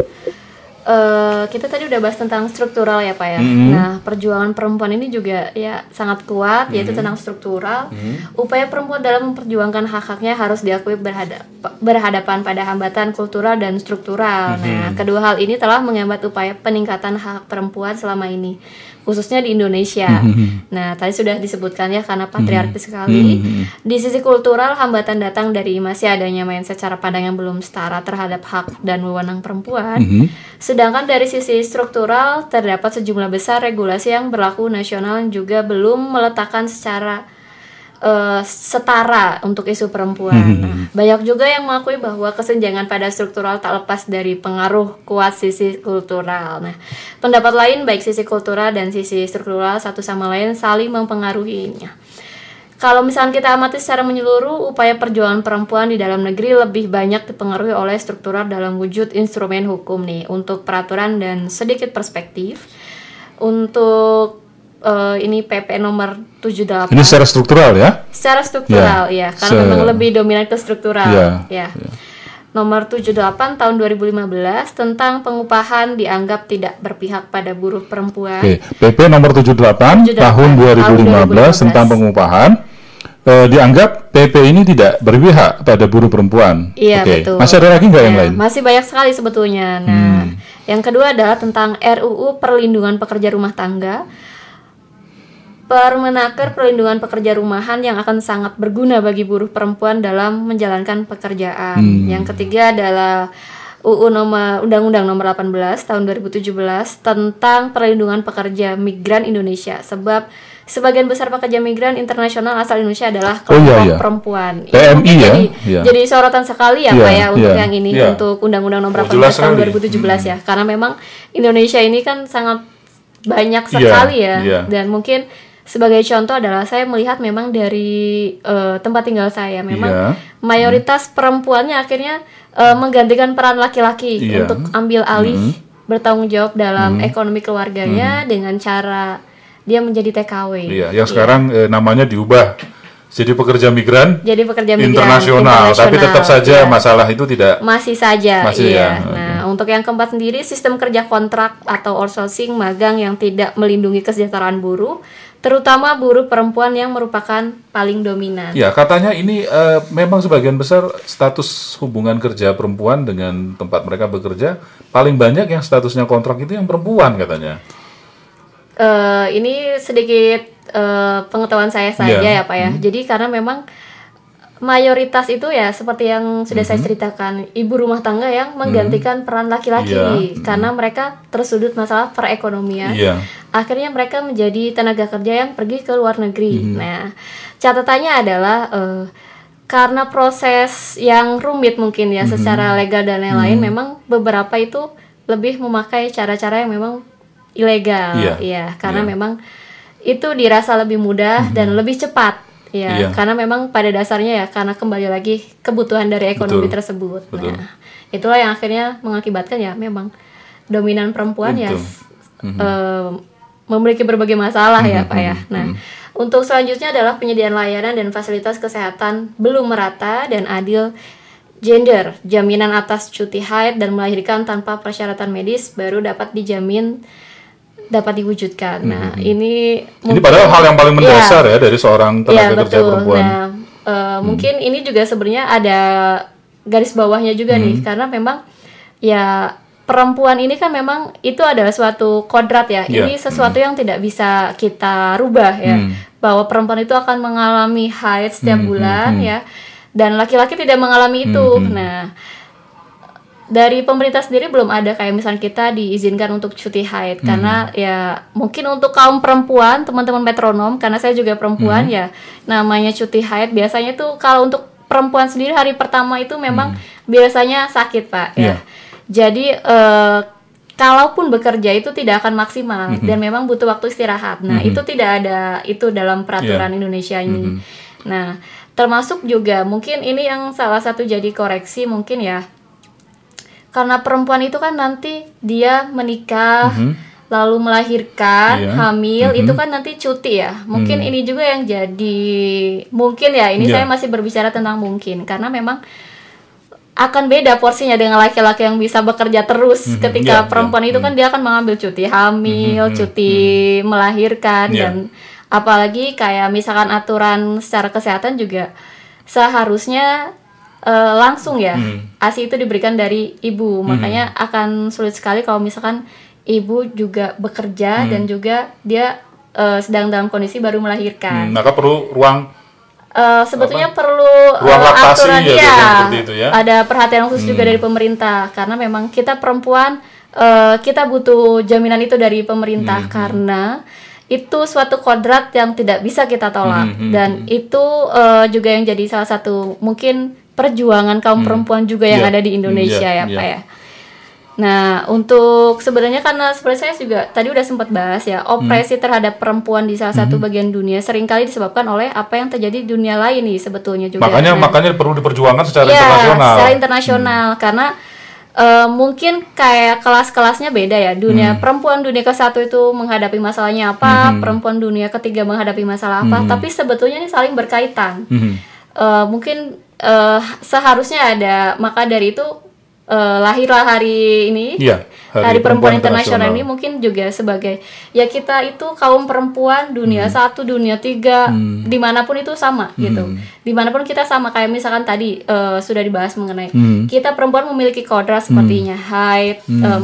kita tadi udah bahas tentang struktural ya Pak ya. Nah, perjuangan perempuan ini juga ya sangat kuat, yaitu tentang struktural. Upaya perempuan dalam memperjuangkan hak-haknya harus diakui berhadapan pada hambatan kultural dan struktural. Nah, kedua hal ini telah menghambat upaya peningkatan hak perempuan selama ini, khususnya di Indonesia. Nah, tadi sudah disebutkan ya, karena patriarki sekali. Di sisi kultural, hambatan datang dari masih adanya mindset cara pandang yang belum setara terhadap hak dan wewenang perempuan. Sedangkan dari sisi struktural, terdapat sejumlah besar regulasi yang berlaku nasional yang juga belum meletakkan secara setara untuk isu perempuan. Nah, banyak juga yang mengakui bahwa kesenjangan pada struktural tak lepas dari pengaruh kuat sisi kultural. Nah, pendapat lain baik sisi kultural dan sisi struktural satu sama lain saling mempengaruhinya. Kalau misalnya kita amati secara menyeluruh, upaya perjuangan perempuan di dalam negeri lebih banyak dipengaruhi oleh struktural dalam wujud instrumen hukum nih, untuk peraturan dan sedikit perspektif. Untuk ini PP nomor 78. Ini secara struktural ya? Secara struktural ya, karena memang lebih dominan ke struktural ya. Nomor 78 tahun 2015 tentang pengupahan dianggap tidak berpihak pada buruh perempuan. PP nomor 78 tahun 2015 tentang pengupahan dianggap PP ini tidak berpihak pada buruh perempuan. Iya, betul. Masih ada lagi nggak yang lain? Masih banyak sekali sebetulnya. Nah, yang kedua adalah tentang RUU Perlindungan Pekerja Rumah Tangga. Permenaker Perlindungan Pekerja Rumahan yang akan sangat berguna bagi buruh perempuan dalam menjalankan pekerjaan. Yang ketiga adalah Undang-Undang nomor 18 tahun 2017 tentang perlindungan pekerja migran Indonesia, sebab sebagian besar pekerja migran internasional asal Indonesia adalah kelompok perempuan. PMI jadi sorotan sekali ya Pak ya untuk yang ini, untuk Undang-Undang nomor 18 tahun 2017 ya, karena memang Indonesia ini kan sangat banyak sekali dan mungkin sebagai contoh adalah saya melihat memang dari tempat tinggal saya memang mayoritas perempuannya akhirnya menggantikan peran laki-laki untuk ambil alih bertanggung jawab dalam ekonomi keluarganya dengan cara dia menjadi TKW. Yang sekarang namanya diubah jadi pekerja migran. Internasional, tapi tetap saja masalah itu tidak masih saja. Nah, untuk yang keempat sendiri, sistem kerja kontrak atau outsourcing magang yang tidak melindungi kesejahteraan buruh, terutama buruh perempuan yang merupakan paling dominan. Ya, katanya ini memang sebagian besar status hubungan kerja perempuan dengan tempat mereka bekerja, paling banyak yang statusnya kontrak itu yang perempuan katanya. Ini sedikit pengetahuan saya saja ya Pak ya. Jadi karena memang mayoritas itu ya seperti yang sudah saya ceritakan, ibu rumah tangga yang menggantikan peran laki-laki karena mereka tersudut masalah perekonomian. Akhirnya mereka menjadi tenaga kerja yang pergi ke luar negeri. Nah, catatannya adalah karena proses yang rumit mungkin ya secara legal dan lain-lain, memang beberapa itu lebih memakai cara-cara yang memang ilegal. Karena memang itu dirasa lebih mudah dan lebih cepat. Karena memang pada dasarnya ya karena kembali lagi kebutuhan dari ekonomi tersebut. Nah, itulah yang akhirnya mengakibatkan ya memang dominan perempuan memiliki berbagai masalah ya Pak ya. Nah, untuk selanjutnya adalah penyediaan layanan dan fasilitas kesehatan belum merata dan adil gender. Jaminan atas cuti haid dan melahirkan tanpa persyaratan medis baru dapat diwujudkan. Nah, ini padahal hal yang paling mendasar ya dari seorang tenaga kerja perempuan. Nah, mungkin ini juga sebenarnya ada garis bawahnya juga nih, karena memang ya perempuan ini kan memang itu adalah suatu kodrat ya. Ini sesuatu yang tidak bisa kita rubah ya. Bahwa perempuan itu akan mengalami haid setiap bulan ya. Dan laki-laki tidak mengalami itu. Nah, dari pemerintah sendiri belum ada kayak misalnya kita diizinkan untuk cuti haid karena ya mungkin untuk kaum perempuan teman-teman metronom karena saya juga perempuan ya namanya cuti haid biasanya tuh kalau untuk perempuan sendiri hari pertama itu memang biasanya sakit Pak ya. Jadi kalaupun bekerja itu tidak akan maksimal dan memang butuh waktu istirahat. Nah itu tidak ada itu dalam peraturan Indonesia ini. Nah termasuk juga mungkin ini yang salah satu jadi koreksi mungkin ya. Karena perempuan itu kan nanti dia menikah, lalu melahirkan, hamil, itu kan nanti cuti ya. Mungkin ini juga yang jadi, mungkin ya, ini saya masih berbicara tentang mungkin. Karena memang akan beda porsinya dengan laki-laki yang bisa bekerja terus ketika perempuan itu kan dia akan mengambil cuti hamil, cuti melahirkan, dan apalagi kayak misalkan aturan secara kesehatan juga seharusnya langsung ya ASI itu diberikan dari ibu, makanya akan sulit sekali kalau misalkan ibu juga bekerja dan juga dia sedang dalam kondisi baru melahirkan. Maka perlu ruang sebetulnya perlu aturan ya, itu ya. Ada perhatian khusus juga dari pemerintah karena memang kita perempuan kita butuh jaminan itu dari pemerintah karena itu suatu kodrat yang tidak bisa kita tolak dan itu juga yang jadi salah satu mungkin perjuangan kaum perempuan juga yang ada di Indonesia ya Pak ya. Nah untuk sebenarnya karena seperti saya juga tadi udah sempat bahas ya opresi terhadap perempuan di salah satu bagian dunia seringkali disebabkan oleh apa yang terjadi di dunia lain nih sebetulnya juga. Makanya perlu diperjuangkan secara internasional. Secara internasional karena mungkin kayak kelas-kelasnya beda ya. Dunia perempuan dunia ke-1 itu menghadapi masalahnya apa, perempuan dunia ke-3 menghadapi masalah apa, tapi sebetulnya ini saling berkaitan. Mungkin seharusnya ada, maka dari itu lahirlah hari ini, hari perempuan internasional ini mungkin juga sebagai ya kita itu kaum perempuan dunia 1, dunia 3 dimanapun itu sama gitu, dimanapun kita sama kayak misalkan tadi sudah dibahas mengenai kita perempuan memiliki kodrat sepertinya haid,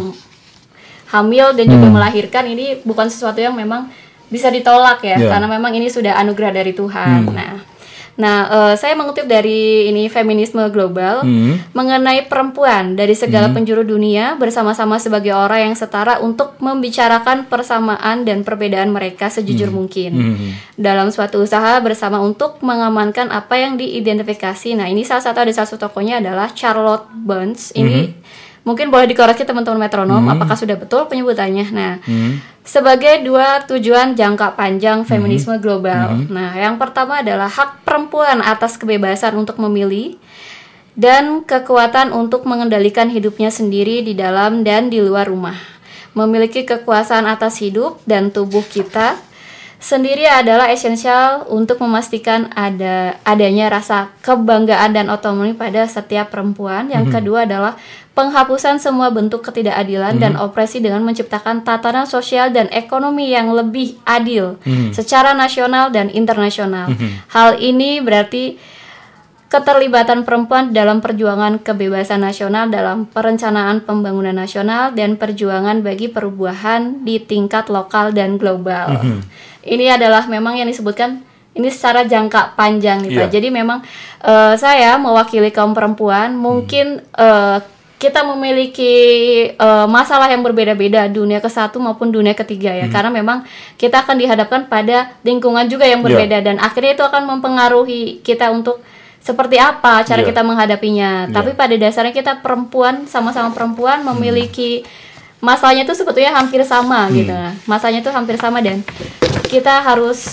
hamil dan juga melahirkan ini bukan sesuatu yang memang bisa ditolak ya karena memang ini sudah anugerah dari Tuhan. Nah, saya mengutip dari ini Feminisme Global mengenai perempuan dari segala penjuru dunia bersama-sama sebagai orang yang setara untuk membicarakan persamaan dan perbedaan mereka sejujur mungkin dalam suatu usaha bersama untuk mengamankan apa yang diidentifikasi. Nah, ini ada salah satu tokohnya adalah Charlotte Burns. Ini mungkin boleh dikoreksi teman-teman metronom apakah sudah betul penyebutannya. Nah, sebagai 2 tujuan jangka panjang feminisme global. Nah, yang pertama adalah hak perempuan atas kebebasan untuk memilih dan kekuatan untuk mengendalikan hidupnya sendiri di dalam dan di luar rumah. Memiliki kekuasaan atas hidup dan tubuh kita sendiri adalah esensial untuk memastikan adanya rasa kebanggaan dan otonomi pada setiap perempuan. Yang kedua adalah penghapusan semua bentuk ketidakadilan dan opresi dengan menciptakan tatanan sosial dan ekonomi yang lebih adil secara nasional dan internasional. Hal ini berarti keterlibatan perempuan dalam perjuangan kebebasan nasional dalam perencanaan pembangunan nasional dan perjuangan bagi perubahan di tingkat lokal dan global. Ini adalah memang yang disebutkan ini secara jangka panjang nih Pak. Jadi memang saya mewakili kaum perempuan mungkin kita memiliki masalah yang berbeda-beda dunia ke-1 maupun dunia ke-3 ya. Karena memang kita akan dihadapkan pada lingkungan juga yang berbeda dan akhirnya itu akan mempengaruhi kita untuk seperti apa cara kita menghadapinya. Tapi pada dasarnya kita perempuan, sama-sama perempuan memiliki masalahnya itu sebetulnya hampir sama gitu. Masalahnya itu hampir sama dan kita harus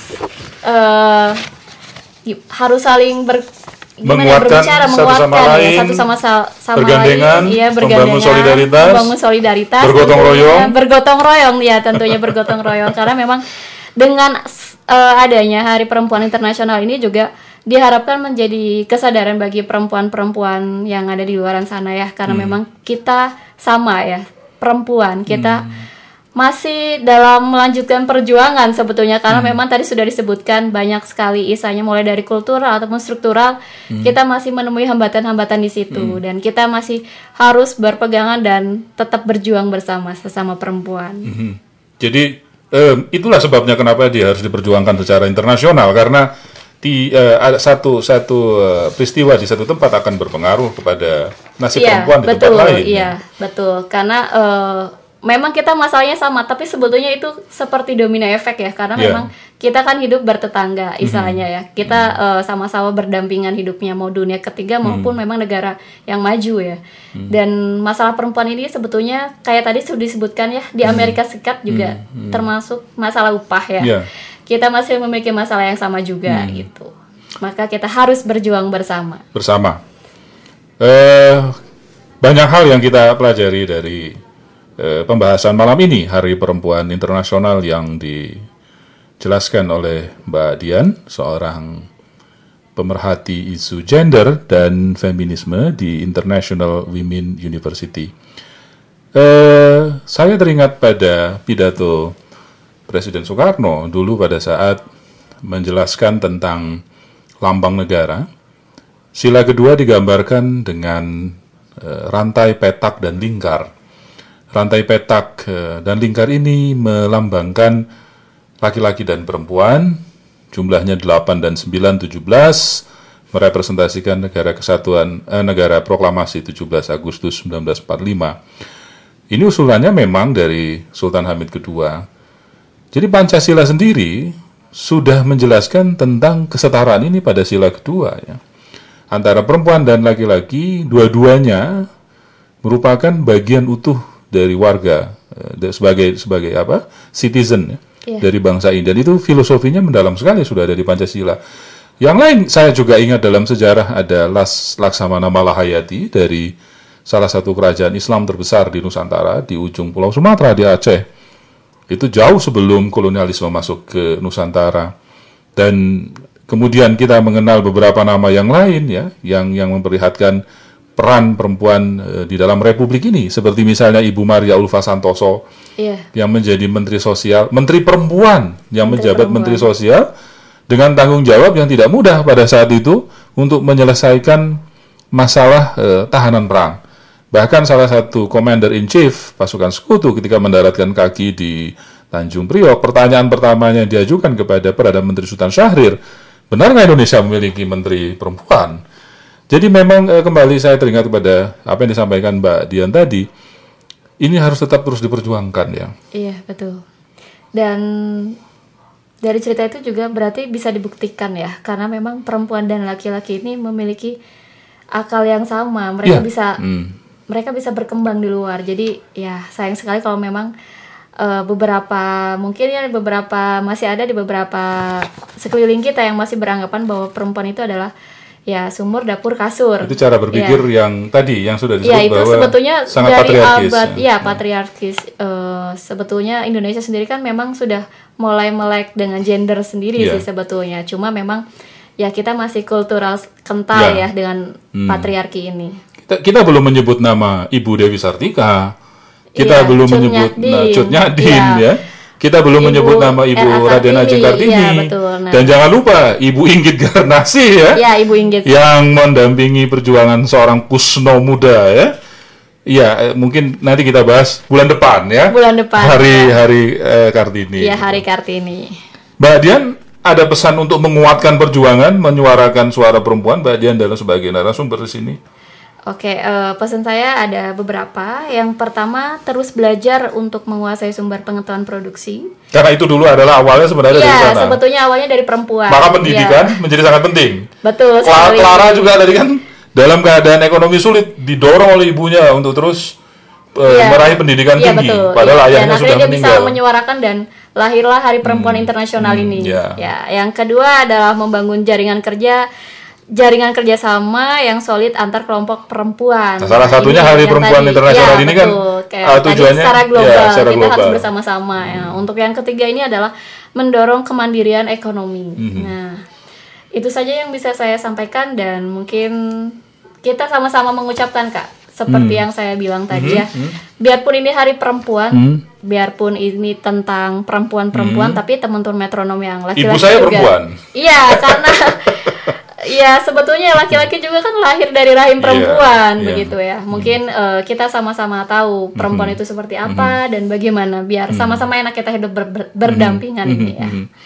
saling berbicara, menguatkan satu sama bergandengan, lain, membangun solidaritas, bergotong royong ya tentunya bergotong royong karena memang dengan adanya Hari Perempuan Internasional ini juga diharapkan menjadi kesadaran bagi perempuan-perempuan yang ada di luar sana ya karena memang kita sama ya perempuan kita masih dalam melanjutkan perjuangan sebetulnya karena memang tadi sudah disebutkan banyak sekali isanya mulai dari kultural ataupun struktural kita masih menemui hambatan-hambatan di situ dan kita masih harus berpegangan dan tetap berjuang bersama sesama perempuan. Jadi itulah sebabnya kenapa dia harus diperjuangkan secara internasional karena ada satu peristiwa di satu tempat akan berpengaruh kepada nasib perempuan di tempat lain. Iya, betul. Karena memang kita masalahnya sama, tapi sebetulnya itu seperti domino efek ya, karena memang kita kan hidup bertetangga istilahnya ya. Kita sama-sama berdampingan hidupnya, mau dunia ketiga maupun memang negara yang maju ya. Dan masalah perempuan ini sebetulnya kayak tadi sudah disebutkan ya, di Amerika Serikat juga termasuk masalah upah ya. Kita masih memiliki masalah yang sama juga gitu. Maka kita harus berjuang bersama. Banyak hal yang kita pelajari dari pembahasan malam ini, Hari Perempuan Internasional, yang dijelaskan oleh Mbak Dian, seorang pemerhati isu gender dan feminisme di International Women University. Saya teringat pada pidato Presiden Soekarno dulu pada saat menjelaskan tentang lambang negara. Sila kedua digambarkan dengan rantai petak dan lingkar. Rantai petak dan lingkar ini melambangkan laki-laki dan perempuan, jumlahnya 8 dan 9, 17, merepresentasikan negara kesatuan, negara proklamasi 17 Agustus 1945. Ini usulannya memang dari Sultan Hamid II. Jadi Pancasila sendiri sudah menjelaskan tentang kesetaraan ini pada sila kedua ya. Antara perempuan dan laki-laki, dua-duanya merupakan bagian utuh dari warga, sebagai citizen ya, dari bangsa ini. Dan itu filosofinya mendalam sekali, sudah ada di Pancasila. Yang lain saya juga ingat dalam sejarah ada Laksamana Malahayati dari salah satu kerajaan Islam terbesar di Nusantara, di ujung Pulau Sumatera, di Aceh. Itu jauh sebelum kolonialisme masuk ke Nusantara. Dan kemudian kita mengenal beberapa nama yang lain ya, yang memperlihatkan peran perempuan di dalam republik ini, seperti misalnya Ibu Maria Ulfa Santoso yang menjadi Menteri Sosial, Menteri Perempuan yang menjabat Menteri Sosial dengan tanggung jawab yang tidak mudah pada saat itu untuk menyelesaikan masalah tahanan perang. Bahkan salah satu Commander in Chief pasukan sekutu ketika mendaratkan kaki di Tanjung Priok, pertanyaan pertamanya diajukan kepada Perdana Menteri Sultan Syahrir, benar nggak Indonesia memiliki Menteri Perempuan? Jadi memang kembali saya teringat kepada apa yang disampaikan Mbak Dian tadi, ini harus tetap terus diperjuangkan ya. Iya, betul. Dan dari cerita itu juga berarti bisa dibuktikan ya, karena memang perempuan dan laki-laki ini memiliki akal yang sama. Mereka bisa berkembang di luar. Jadi ya sayang sekali kalau memang beberapa masih ada di beberapa sekeliling kita yang masih beranggapan bahwa perempuan itu adalah ya sumur dapur kasur. Itu cara berpikir yang tadi yang sudah disebut itu bahwa sebetulnya sangat dari patriarkis. Patriarkis. Sebetulnya Indonesia sendiri kan memang sudah mulai melek dengan gender sendiri sih sebetulnya. Cuma memang ya kita masih kultural kental ya dengan patriarki ini. Kita belum menyebut nama Ibu Dewi Sartika. Kita belum menyebut Cut Nyadin ya. Kita belum menyebut nama Ibu Raden Ajeng Kartini. Dan jangan lupa Ibu Inggit Garnasih ya. Iya, Ibu Inggit. Yang mendampingi perjuangan seorang Kusno muda ya. Iya, mungkin nanti kita bahas bulan depan ya. Bulan depan. Hari Kartini. Iya, Hari Kartini. Mbak Dian, ada pesan untuk menguatkan perjuangan, menyuarakan suara perempuan, Mbak Dian dalam sebagai narasumber di sini? Oke, pesan saya ada beberapa. Yang pertama, terus belajar untuk menguasai sumber pengetahuan produksi. Karena itu dulu adalah awalnya sebenarnya dari sana. Iya, sebetulnya awalnya dari perempuan. Maka pendidikan menjadi sangat penting. Betul sekali. Clara juga tadi kan dalam keadaan ekonomi sulit didorong oleh ibunya untuk terus meraih pendidikan tinggi. Betul. Padahal ayahnya sudah dia meninggal. Bisa menyuarakan dan lahirlah Hari Perempuan Internasional ini. Ya, yang kedua adalah membangun jaringan kerjasama yang solid antar kelompok perempuan. Nah, salah satunya Hari Perempuan Internasional ini kan tujuannya secara global, secara kita global. harus bersama-sama ya. Untuk yang ketiga ini adalah mendorong kemandirian ekonomi. Nah, itu saja yang bisa saya sampaikan dan mungkin kita sama-sama mengucapkan Kak, seperti yang saya bilang tadi ya. Biarpun ini Hari Perempuan, biarpun ini tentang perempuan-perempuan, tapi teman-teman metronom yang laki-laki Ibu saya juga. Perempuan. Iya, karena ya sebetulnya laki-laki juga kan lahir dari rahim perempuan begitu ya. Mungkin kita sama-sama tahu perempuan itu seperti apa dan bagaimana biar sama-sama enak kita hidup berdampingan ini ya.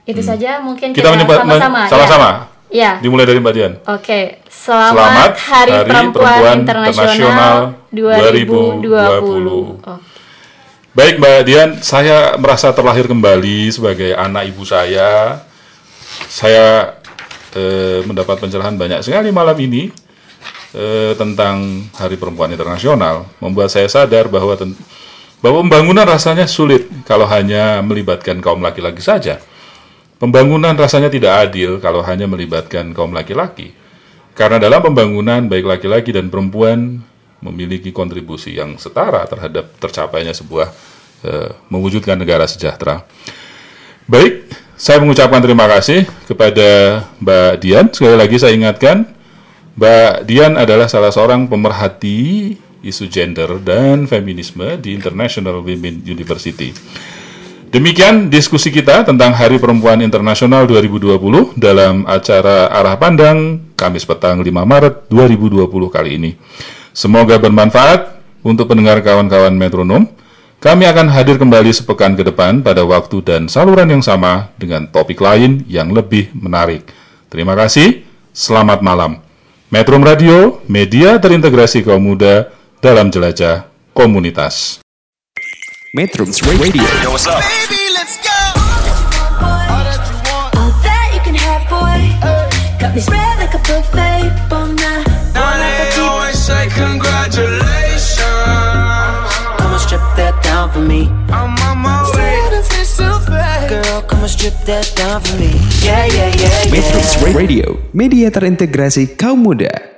Itu saja mungkin Kita sama-sama. Sama-sama. Ya. Dimulai dari Mbak Dian. Oke. Selamat Hari Perempuan Internasional 2020. Baik Mbak Dian, saya merasa terlahir kembali sebagai anak ibu saya. Saya mendapat pencerahan banyak sekali malam ini tentang Hari Perempuan Internasional, membuat saya sadar bahwa pembangunan rasanya sulit kalau hanya melibatkan kaum laki-laki saja. Pembangunan rasanya tidak adil kalau hanya melibatkan kaum laki-laki. Karena dalam pembangunan baik laki-laki dan perempuan memiliki kontribusi yang setara terhadap tercapainya sebuah mewujudkan negara sejahtera. Baik, saya mengucapkan terima kasih kepada Mbak Dian. Sekali lagi saya ingatkan, Mbak Dian adalah salah seorang pemerhati isu gender dan feminisme di International Women University. Demikian diskusi kita tentang Hari Perempuan Internasional 2020 dalam acara Arah Pandang Kamis petang 5 Maret 2020 kali ini. Semoga bermanfaat untuk pendengar kawan-kawan metronom. Kami akan hadir kembali sepekan ke depan pada waktu dan saluran yang sama dengan topik lain yang lebih menarik. Terima kasih, selamat malam. Metrum Radio, media terintegrasi kaum muda dalam jelajah komunitas. Metrums Radio. Yo, what's up? Baby, let's go. All that you can have, boy. Got me spread like a buffet, bon night. Now they always say congratulations. Come and strip that down for me. I'm on my way. Girl, come and strip that down for me. Yeah, yeah, yeah, yeah. Metrums Radio, media terintegrasi kaum muda.